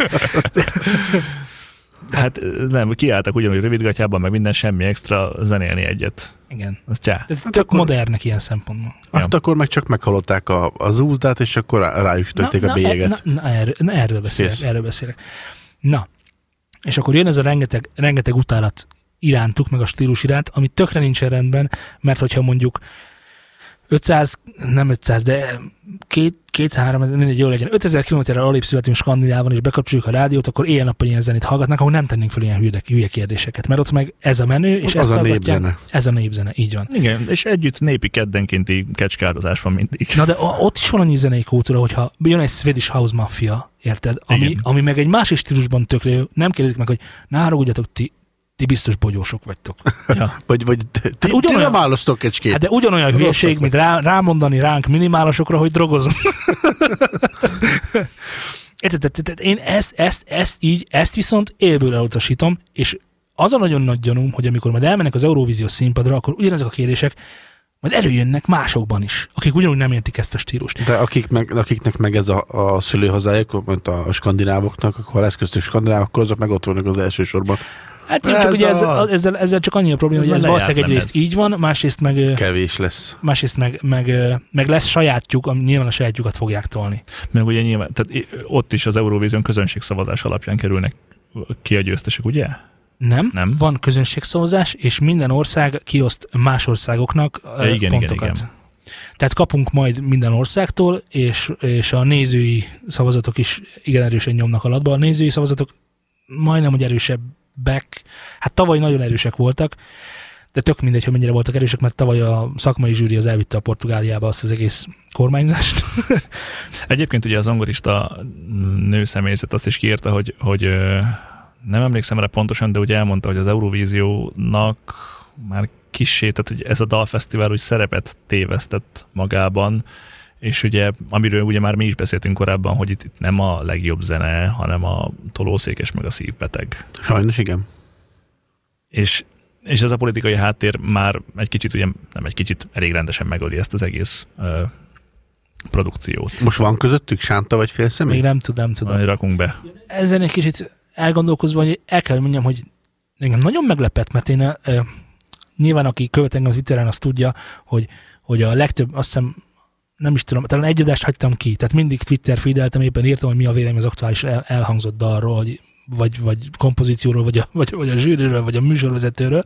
Hát nem, kiálltak ugyanúgy rövidgatjában, meg minden, semmi extra, zenélni egyet. Igen. Az csá. Ez tök akkor, modernek ilyen szempontból. Hát ja. Akkor meg csak meghallották a, az úzdát, és akkor rá, rájuk ütötték na, a bélyeget. Na, na, na, erről, na erről beszélek, erről beszélek. Na, és akkor jön ez a rengeteg, rengeteg utálat irántuk, meg a stílus iránt, ami tökre nincsen rendben, mert hogyha mondjuk ötszáz, nem ötszáz, de két, két-három, mindegy, jó legyen, ötezer kilométerre alébb születünk Skandinávon, és bekapcsoljuk a rádiót, akkor éjjel-nappal ilyen zenét hallgatnak, ahol nem tennénk fel ilyen hülye, hülye kérdéseket, mert ott meg ez a menő, és az ezt a népzene. Ez a népzene, így van. Igen, és együtt népi keddenkénti kecskározás van mindig. Na de a, ott is van annyi zenei kultúra, hogyha jön egy Swedish House Mafia, érted? Ami, ami meg egy másik stílusban tökre jó, nem kérdezik meg, hogy ne haragudjatok, ti ti biztos bogyósok vagytok. Ja. vagy vagy ti, hát ti nem álloztok kecskét. Hát de ugyanolyan Rosszok hülyeség, mint rá, rámondani ránk minimálosokra, hogy drogozunk. Érted? Én ezt, ezt, ezt így, ezt viszont élből elutasítom, és az a nagyon nagy gyanúm, hogy amikor majd elmennek az Eurovíziós színpadra, akkor ugyanezek a kérések majd előjönnek másokban is, akik ugyanúgy nem értik ezt a stílust. De akik meg, akiknek meg ez a, a szülőhazájuk, mint a skandinávoknak, akkor ha lesz köztük skandinávok, akkor azok meg ott vannak az első sorban. Hát jó, csak ugye ez, ezzel, ezzel csak annyi a probléma, ez hogy ez valószínűleg egyrészt így van, másrészt meg... Kevés lesz. Másrészt meg, meg, meg lesz sajátjuk, ami nyilván a sajátjukat fogják tolni. Meg ugye nyilván, tehát ott is az Eurovízión közönségszavazás alapján kerülnek ki a győztesek, ugye? Nem, Nem, van közönségszavazás, és minden ország kioszt más országoknak ja, igen, pontokat. Igen, igen. Tehát kapunk majd minden országtól, és, és a nézői szavazatok is igen erősen nyomnak alatba. A nézői szavazatok majdnem, hogy erősebbek. Hát tavaly nagyon erősek voltak, de tök mindegy, hogy mennyire voltak erősek, mert tavaly a szakmai zsűri az elvitte a Portugáliába azt az egész kormányzást. Egyébként ugye az zongorista nőszemélyzet azt is kiírta, hogy, hogy nem emlékszem rá pontosan, de ugye elmondta, hogy az Eurovíziónak már kissé, tehát hogy ez a dalfesztivál úgy szerepet tévesztett magában, és ugye, amiről ugye már mi is beszéltünk korábban, hogy itt, itt nem a legjobb zene, hanem a tolószékes meg a szívbeteg. Sajnos igen. És, és ez a politikai háttér már egy kicsit, ugye nem egy kicsit, elég rendesen megöli ezt az egész uh, produkciót. Most van közöttük sánta vagy félszemély? Még nem tudom, nem tudom. Rakunk be. Ezen egy kicsit elgondolkozva, hogy el kell mondjam, hogy engem nagyon meglepett, mert én uh, nyilván aki követ engem az Twitteren, azt tudja, hogy, hogy a legtöbb, azt hiszem, nem is tudom, talán egy adást hagytam ki, tehát mindig Twitter feedeltem, éppen írtam, hogy mi a vélemény az aktuális el, elhangzott dalról, hogy vagy, vagy kompozícióról, vagy a, vagy, vagy a zsűriről, vagy a műsorvezetőről.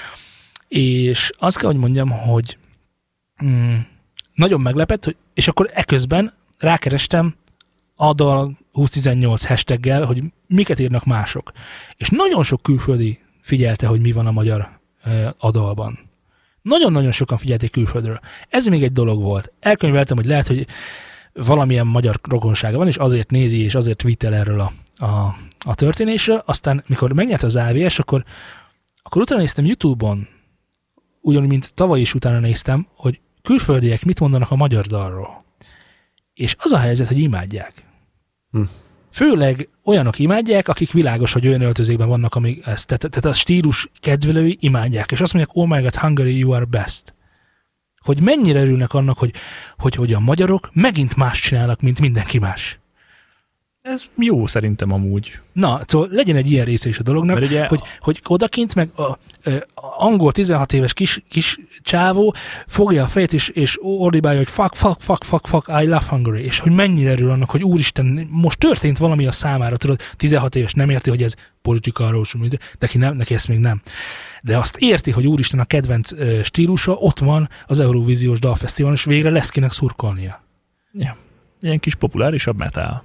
És azt kell, hogy mondjam, hogy mm, nagyon meglepett, hogy, és akkor eközben rákerestem a dal húsz tizennyolc hashtaggel, hogy miket írnak mások. És nagyon sok külföldi figyelte, hogy mi van a magyar a dalban. Nagyon-nagyon sokan figyelték külföldről. Ez még egy dolog volt. Elkönyveltem, hogy lehet, hogy valamilyen magyar rokonsága van, és azért nézi, és azért tweetel erről a, a, a történésről. Aztán, mikor megnyerte az á vé es, akkor, akkor utána néztem YouTube-on, ugyanúgy, mint tavaly is utána néztem, hogy külföldiek mit mondanak a magyar dalról. És az a helyzet, hogy imádják. Hm. Főleg olyanok imádják, akik világos, hogy olyan öltözékben vannak, amik ezt, tehát, tehát a stílus kedvelői imádják, és azt mondják, oh my god, Hungary, you are best. Hogy mennyire örülnek annak, hogy, hogy, hogy a magyarok megint más csinálnak, mint mindenki más. Ez jó szerintem amúgy. Na, szóval legyen egy ilyen része is a dolognak, ugye, hogy, hogy odakint meg a, a, a angol tizenhat éves kis, kis csávó fogja a fejét és, és ordibálja, hogy fuck, fuck, fuck, fuck, fuck, I love Hungary, és hogy mennyire örül annak, hogy úristen, most történt valami a számára, tudod, tizenhat éves nem érti, hogy ez politikáról, de neki, nem, neki ezt még nem. De azt érti, hogy úristen a kedvenc stílusa ott van az Eurovíziós Dalfesztiválon, és végre lesz kinek szurkolnia. Ja, ilyen kis populárisabb metal.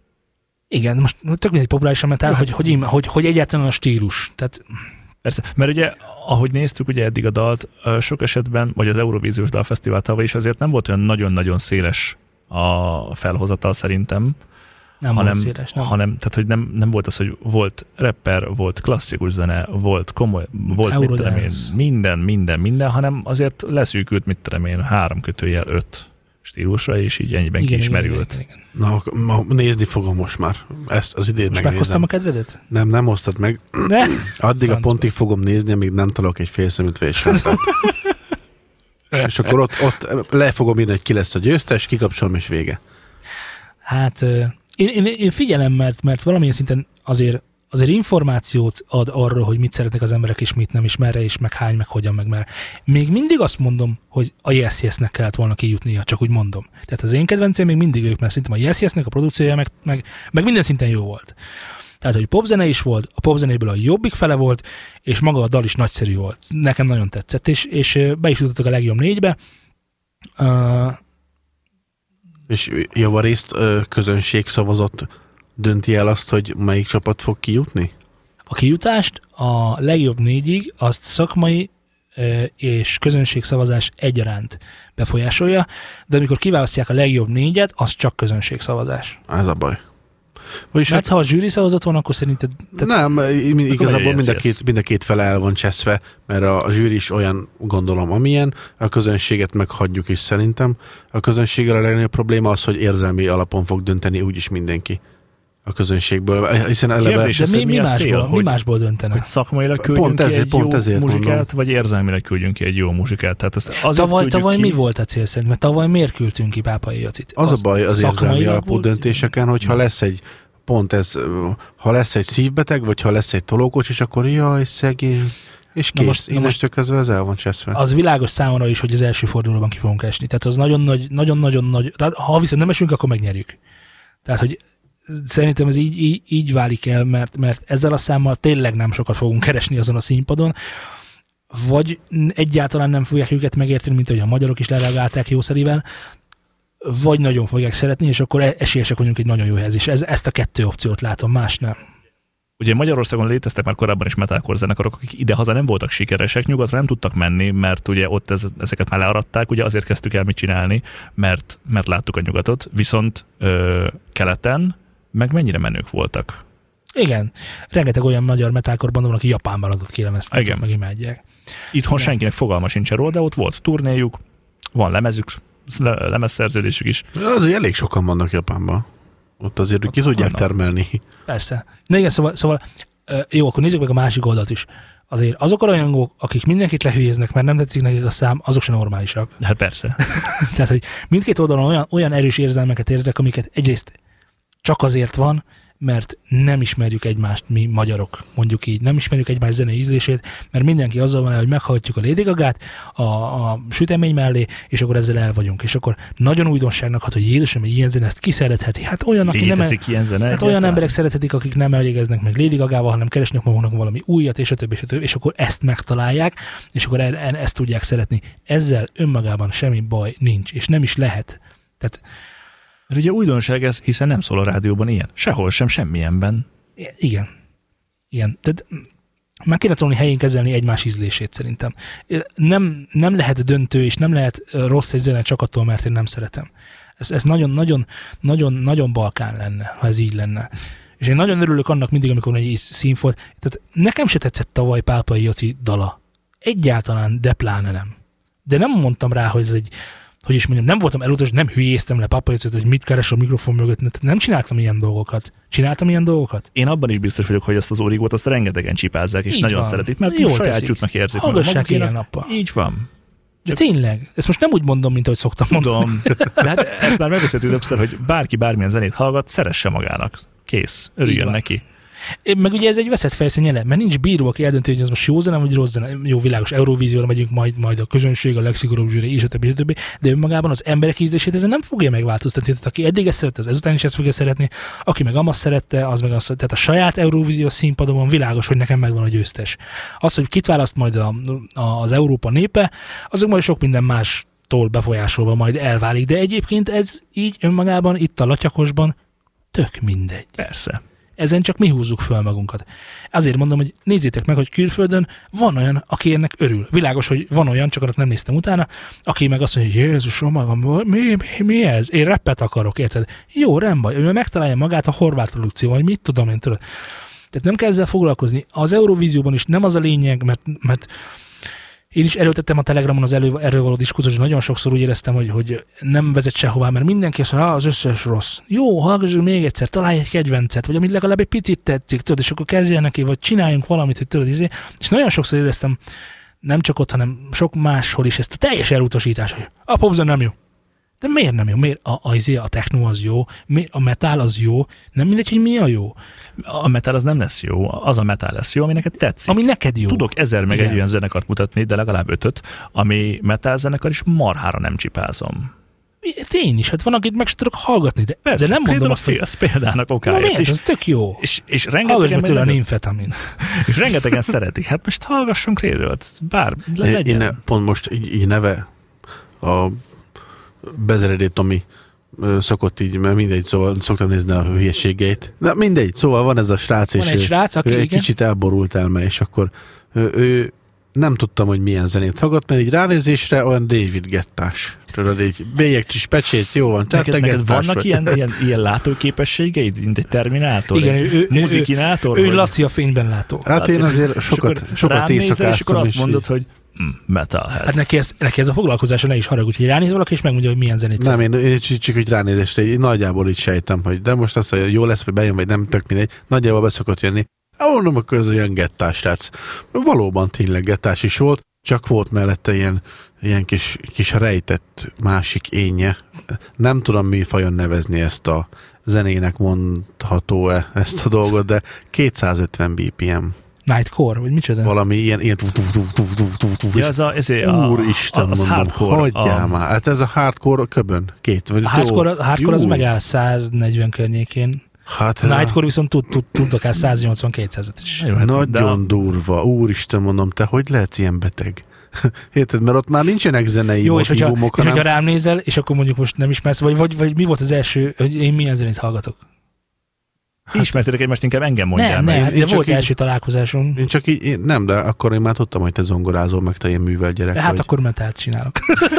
Igen, most tök mindegy populárisan mentál, hogy, hogy, hogy, hogy egyáltalán a stílus. Tehát... Persze, mert ugye, ahogy néztük ugye eddig a dalt, sok esetben, vagy az Eurovíziós Dalfesztivál tavaly is azért nem volt olyan nagyon-nagyon széles a felhozatal szerintem. Nem hanem, volt széles, nem. Hanem, tehát, hogy nem, nem volt az, hogy volt rapper, volt klasszikus zene, volt komoly, volt mit tudom én, minden, minden, minden, hanem azért leszűkült, mit tudom én, három kötőjel öt stílusra, és így ennyiben igen, kiismerült. Igen, igen, igen. Na, ma nézni fogom most már. Ezt az idén most megnézem. meghoztam a kedvedet? Nem, nem hoztad meg. Ne? Addig a pontig fogom nézni, amíg nem találok egy félszemütve és sántát. És akkor ott, ott le fogom írni, hogy ki lesz a győztes, kikapcsolom, és vége. Hát én, én, én figyelem, mert, mert valamilyen szinten azért, azért információt ad arról, hogy mit szeretnek az emberek, és mit nem, és merre, és meg hány, meg hogyan, meg merre. Még mindig azt mondom, hogy a Yes Yes-nek kellett volna kijutnia, csak úgy mondom. Tehát az én kedvencem még mindig ők, mert szerintem a Yes Yes-nek a produkciója meg, meg, meg minden szinten jó volt. Tehát, hogy popzene is volt, a popzenéből a jobbik fele volt, és maga a dal is nagyszerű volt. Nekem nagyon tetszett, és, és be is jutottak a legjobb négybe. Uh, és javarészt közönség szavazat dönti el azt, hogy melyik csapat fog kijutni? A kijutást a legjobb négyig azt szakmai és közönségszavazás egyaránt befolyásolja, de amikor kiválasztják a legjobb négyet, az csak közönségszavazás. Ez a baj. Vagyis hát, ha a zsűri szavazat van, akkor szerinted... Tehát... Nem, igazából mind a, két, mind a két fele el van cseszve, mert a, a zsűri is olyan, gondolom, amilyen, a közönséget meghagyjuk is szerintem. A közönséggel a legnagyobb probléma az, hogy érzelmi alapon fog dönteni úgyis mindenki a közönségből, hiszen eleve... Kérdés, de mi, mi, mi, másból, cél, mi hogy, másból döntenek? Hogy szakmailag küldjünk pont ki ezért, egy pont jó ezért muzsikát, mondom. vagy érzelmileg küldjünk ki egy jó muzsikát? Tehát az tavaly tavaly ki... mi volt a cél szerint? Mert tavaly miért küldtünk ki Pápai Jacit? Az, az a baj az érzelmi alapú volt? döntéseken, hogyha lesz egy pont ez, ha lesz egy szívbeteg, vagy ha lesz egy tolókocsis, akkor jaj, szegény, és kész. Most, innestől kezdve ez el van cseszve. Az világos számomra is, hogy az első fordulóban ki fogunk esni. Tehát az nagyon nagy, nagyon-nagyon nagy, tehát ha viszont nem esünk, akkor megnyerjük. Tehát, hogy szerintem ez így, így, így válik el, mert, mert ezzel a számmal tényleg nem sokat fogunk keresni azon a színpadon, vagy egyáltalán nem fogják őket megérteni, mint hogy a magyarok is lereagálták jószerivel, vagy nagyon fogják szeretni, és akkor esélyesek vagyunk egy nagyon jó helyezés. Ez, ezt a kettő opciót látom, más nem. Ugye Magyarországon léteztek már korábban is metalcore zenekarok, akik idehaza nem voltak sikeresek, nyugatra nem tudtak menni, mert ugye ott ez, ezeket már learadták, ugye azért kezdtük el mit csinálni, mert, mert láttuk a nyugatot, viszont ö, keleten meg mennyire menők voltak. Igen. Rengeteg olyan magyar metalcore banda van, aki Japánban adott ki lemezt, meg imádják. Itthon Igen. senkinek fogalma sincs erről, de ott volt turnéjuk, van lemezük, lemezszerződésük is. Azért elég sokan vannak Japánban. Ott azért ott ki tudják vannak. termelni. Persze. Na igen, szóval, szóval jó, akkor nézzük meg a másik oldalt is. Azért azok a rajongók, akik mindenkit lehülyéznek, mert nem tetszik nekik a szám, azok sem normálisak. Hát persze. Tehát, hogy mindkét oldalon olyan, olyan erős érzelmeket érzek, amiket egyrészt csak azért van, mert nem ismerjük egymást, mi magyarok, mondjuk így, nem ismerjük egymás zenei ízlését, mert mindenki azzal van, hogy meghallgatjuk a Lady Gagát a, a sütemény mellé, és akkor ezzel el vagyunk. És akkor nagyon újdonságnak hat, hogy Jézusom, hogy ilyen zene, ezt ki szeretheti. Hát olyan, aki nem, ilyen zene, hát olyan emberek szerethetik, akik nem elégeznek meg Lady Gagával, hanem keresnek maguknak valami újat, és a többi, és a többi, és akkor ezt megtalálják, és akkor e- e- ezt tudják szeretni. Ezzel önmagában semmi baj nincs, és nem is lehet. Tehát mert ugye újdonság ez, hiszen nem szól a rádióban ilyen. Sehol sem, semmilyenben. Igen. Igen. Tehát már kéne tudni helyén kezelni egymás ízlését szerintem. Nem, nem lehet döntő, és nem lehet rossz egy zene csak attól, mert én nem szeretem. Ez, ez nagyon, nagyon, nagyon, nagyon Balkán lenne, ha ez így lenne. És én nagyon örülök annak mindig, amikor egy színfolt. Tehát nekem se tetszett tavaly Pápai Joci dala. Egyáltalán, de pláne nem. De nem mondtam rá, hogy ez egy, hogy is mondjam, nem voltam elutas, nem hülyéztem le Pápai Jocit, hogy mit keres a mikrofon mögött. Nem csináltam ilyen dolgokat. Csináltam ilyen dolgokat? Én abban is biztos vagyok, hogy azt az origót azt rengetegen csipázzák, és így nagyon van. Szeretik, mert túl sajátjuknak érzik. Hallgassák ilyen nappal. Így van. De tényleg, ezt most nem úgy mondom, mint ahogy szoktam mondani. Tudom. De hát ezt már megbeszéltük többször, hogy bárki bármilyen zenét hallgat, szeresse magának. Kész. Örüljön neki. Én, meg ugye ez egy veszett fejszényele, mert nincs bíró, aki eldönti, hogy ez most jó zene, vagy rossz zene. Jó, világos, Eurovízióra megyünk, majd, majd a közönség, a legszigorúbb zsűri, és a többi, és a többi, de önmagában az emberek ízlését ezen nem fogja megváltoztatni. Tehát aki eddig ezt szerette, az ezután is ezt fogja szeretni, aki meg amazt szerette, az meg azt, tehát a saját Eurovízió színpadon világos, hogy nekem megvan a győztes. Az, hogy kit választ majd a, a, az Európa népe, azok majd sok minden más tól befolyásolva majd elválik, de egyébként ez így önmagában, itt a Latyakosban tök mindegy. Persze. Ezen csak mi húzzuk föl magunkat. Azért mondom, hogy nézzétek meg, hogy külföldön van olyan, aki ennek örül. Világos, hogy van olyan, csak annak nem néztem utána, aki meg azt mondja, hogy Jézusom, magam, mi, mi, mi ez? Én rappet akarok, érted? Jó, nem baj, ő megtalálja magát a horvát produkció, vagy mit tudom én, tudod. Tehát nem kell ezzel foglalkozni. Az Eurovízióban is nem az a lényeg, mert, mert én is erőltettem a Telegramon az elő, erről való diskurzust, nagyon sokszor úgy éreztem, hogy, hogy nem vezet sehová, mert mindenki azt mondja, az összes rossz. Jó, hallgass még egyszer, találj egy kedvencet, vagy amit legalább egy picit tetszik, tudod, és akkor kezdjen neki, vagy csináljunk valamit, hogy tudod, izé. És nagyon sokszor éreztem, nem csak ott, hanem sok máshol is ezt a teljes elutasítás, hogy a popzen nem jó. De miért nem jó? Miért a, a, a techno az jó? Miért a metal az jó? Nem mindegy, hogy mi a jó. A metal az nem lesz jó, az a metal lesz jó, ami neked tetszik. Ami neked jó. Tudok ezer meg Igen. egy olyan zenekart mutatni, de legalább ötöt, ami metal zenekar is marhára nem csipázom. Én is, hát van, akit meg sem tudok hallgatni, de, Persze, de nem mondom azt, hogy... az példának okáért. Na miért? Ez tök jó. És, és rengetegen tőle a nimfetamin. És rengetegen szeretik. Hát most hallgassunk Rédőt, bár legyen. Én pont most így, így neve a Bezeredé Tomi szokott így, mert mindegy, szóval szoktam nézni a hülyeségeit. Na mindegy, szóval van ez a srác, van és egy srác, aki, ő egy kicsit elborult elme, és akkor ő, ő nem tudtam, hogy milyen zenét hallgat, mert így ránézésre olyan David Gettás. Tudod, így bélyeg kis pecsét, jó van. Tehát neked, neked vannak ilyen, ilyen, ilyen látóképességeid, mint egy Terminátor, igen, egy ő, muzikinátor? Ő, ő Laci a fényben látó. Hát Laci, én azért sokat, sokat éjszakáztam. És akkor azt mondod, hogy mm, metalhead. Hát neki ez, neki ez a foglalkozása, ne is haragudj, hogy ránéz valaki, és megmondja, hogy milyen zenét. Nem, én, én csak egy ránézésre, így nagyjából így sejtem, hogy de most azt, hogy jó lesz, vagy bejön, vagy nem, tök mindegy, nagyjából beszokott jönni. Hát mondom, akkor ez olyan gettás srác. Valóban tényleg gettás is volt, csak volt mellette ilyen, ilyen kis, kis rejtett másik énje. Nem tudom, mi fajon nevezni ezt a zenének mondható-e ezt a dolgot, de kétszázötven bé pé em. Nightcore, vagy micsoda? Valami ilyen, ilyen ja, ez a, ez a, úristen, mondom, hardcore, hagyjál a... már. Hát ez a hardcore köbön. Két, vagy a hardcore, a hardcore az megáll száznegyven környékén. Hát, a Nightcore viszont tud, tud, tud akár száznyolcvan-kétszázat is. Jó, hát nagyon de... durva. Úristen, mondom, te hogy lehetsz ilyen beteg? Érted, mert ott már nincsenek zenei jó, motívumok, és hogyha, hanem... és hogyha rám nézel, és akkor mondjuk most nem ismersz, vagy, vagy, vagy mi volt az első, hogy én milyen zenét hallgatok? Hát, ismertétek egymást, inkább engem mondjál nem, meg. Nem, de volt így, első találkozásom. Én csak így, én, nem, de akkor én már tudtam, hogy te zongorázol, meg te ilyen művelt gyerek de vagy. Hát akkor metált csinálok.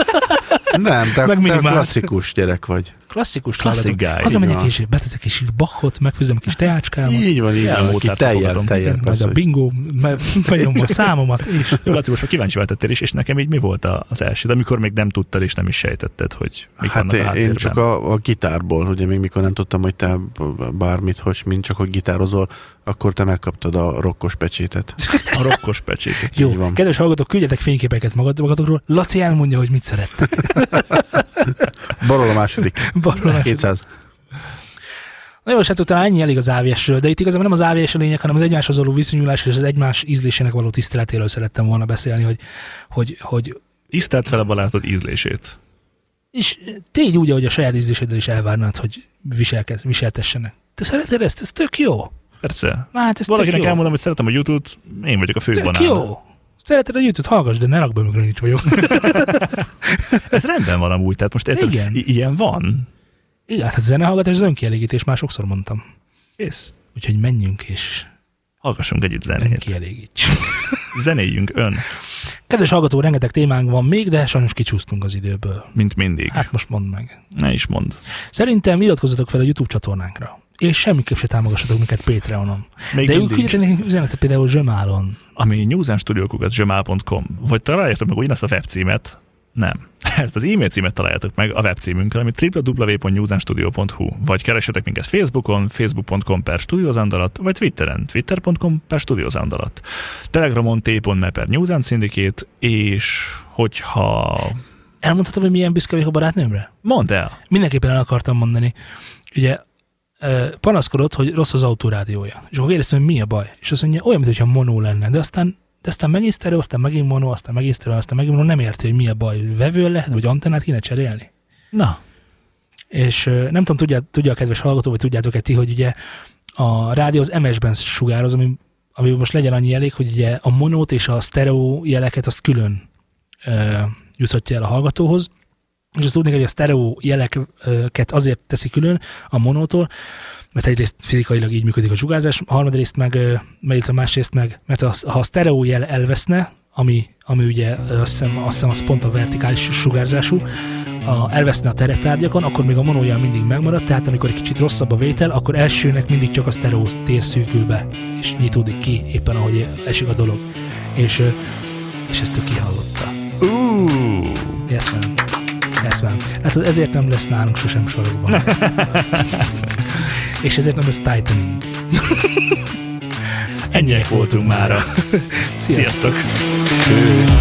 Nem, te, te klasszikus gyerek vagy. Klasszikus Klasszik guy. Hazamegyek és beteszek és Bachot, megfőzöm kis teácskámat. Így van, így van, ki teljel, teljel. Majd a bingo, benyomom a számomat is. Jó, Laci, most már kíváncsi váltettél is, és nekem így mi volt az első, de amikor még nem tudtad és nem is sejtetted, hogy mik hát vannak a háttérben. Én csak a, a gitárból, ugye még mikor nem tudtam, hogy te bármit, hogy mint csak hogy gitározol, akkor te megkaptad a rokkos pecsétet. A rokkos pecsétet. Jó, van. Kedves hallgatók, küldjetek fényképeket magatokról. Laci elmondja, hogy mit szeret. Barol a második. Barol a második. kétszáz. Na jó, hát talán ennyi elég az á vé es-ről, de itt igazából nem az á vé es a lényeg, hanem az egymáshoz való viszonyulás és az egymás ízlésének való tiszteletéről szerettem volna beszélni, hogy, hogy, hogy tisztelt fel a barátod ízlését. És tégy úgy, ahogy a saját ízléséddel is elvárnád, hogy viseltessenek. Te szereted ezt? Ez tök jó. Persze. Hát ez valakinek tök jó. elmondom, hogy szeretem a YouTube-t, én vagyok a fő banán. Tök jó. Szereted a YouTube-t? Hallgass, de ne rakd be, amikor nincs vagyok. Ez rendben van amúgy, tehát most érted, igen. I- ilyen van. Igen, hát a zenehallgatás az önkielégítés, már sokszor mondtam. Kész. Úgyhogy menjünk és hallgassunk együtt zenét. Önkielégíts. Zenéljünk ön. Kedves hallgató, rengeteg témánk van még, de sajnos kicsúsztunk az időből. Mint mindig. Hát most mondd meg. Ne is mondd. Szerintem iratkozzatok fel a YouTube csatornánkra. És semmiképp se támogassatok minket Patreonon. Még de mindig. ők küldjetek üzenetet például Zsömálon. Ami newsandstudio kukac gmail pont com. Vagy találjátok meg ugyanazt a webcímet. Nem. Ezt az e-mail címet találjátok meg a webcímünkön, ami double-u double-u double-u pont newsandstudio pont hu. Vagy keressetek minket Facebookon, facebook pont com per studiozandalat, vagy Twitteren, twitter pont com per studiozandalat. Telegramon t pont m e per newsandsyndicate, és hogyha... Elmondhatom, hogy milyen büszke vagyok a barátnőmre? Mondd el! Mindenképpen el akartam mondani. Ugye panaszkodott, hogy rossz az autórádiója. És akkor kérdeztem, hogy mi a baj. És azt mondja, olyan, mintha mono lenne. De aztán, de aztán megint sztereo, aztán megint mono, aztán megint sztereo, aztán megint mono. Nem érti, hogy mi a baj. Vevő lehet, vagy antennát kéne cserélni. Na. És nem tudom, tudja, tudja a kedves hallgató, vagy tudjátok-e ti, hogy ugye a rádió az em es-ben sugároz, ami, ami most legyen annyi elég, hogy ugye a monót és a sztereó jeleket azt külön uh, juthatja el a hallgatóhoz. És azt tudni, hogy a sztereó jeleket azért teszi külön a monótól, mert egyrészt fizikailag így működik a sugárzás, a harmadrészt meg, mert a másrészt meg, mert a, ha a sztereó jel elveszne, ami, ami ugye azt hiszem, azt hiszem az pont a vertikális sugárzású, a, elveszne a tereptárgyakon, akkor még a monójel mindig megmarad, tehát amikor egy kicsit rosszabb a vétel, akkor elsőnek mindig csak a sztereó tér szűkül be, és nyitódik ki éppen ahogy esik a dolog. És, és ezt ő kihallotta. Uh. Yes, man. Yes, man. Hát ezért nem lesz nálunk sosem sorokban. És ezért nem lesz Titaning. Ennyiek voltunk mára. Sziasztok! Sziasztok.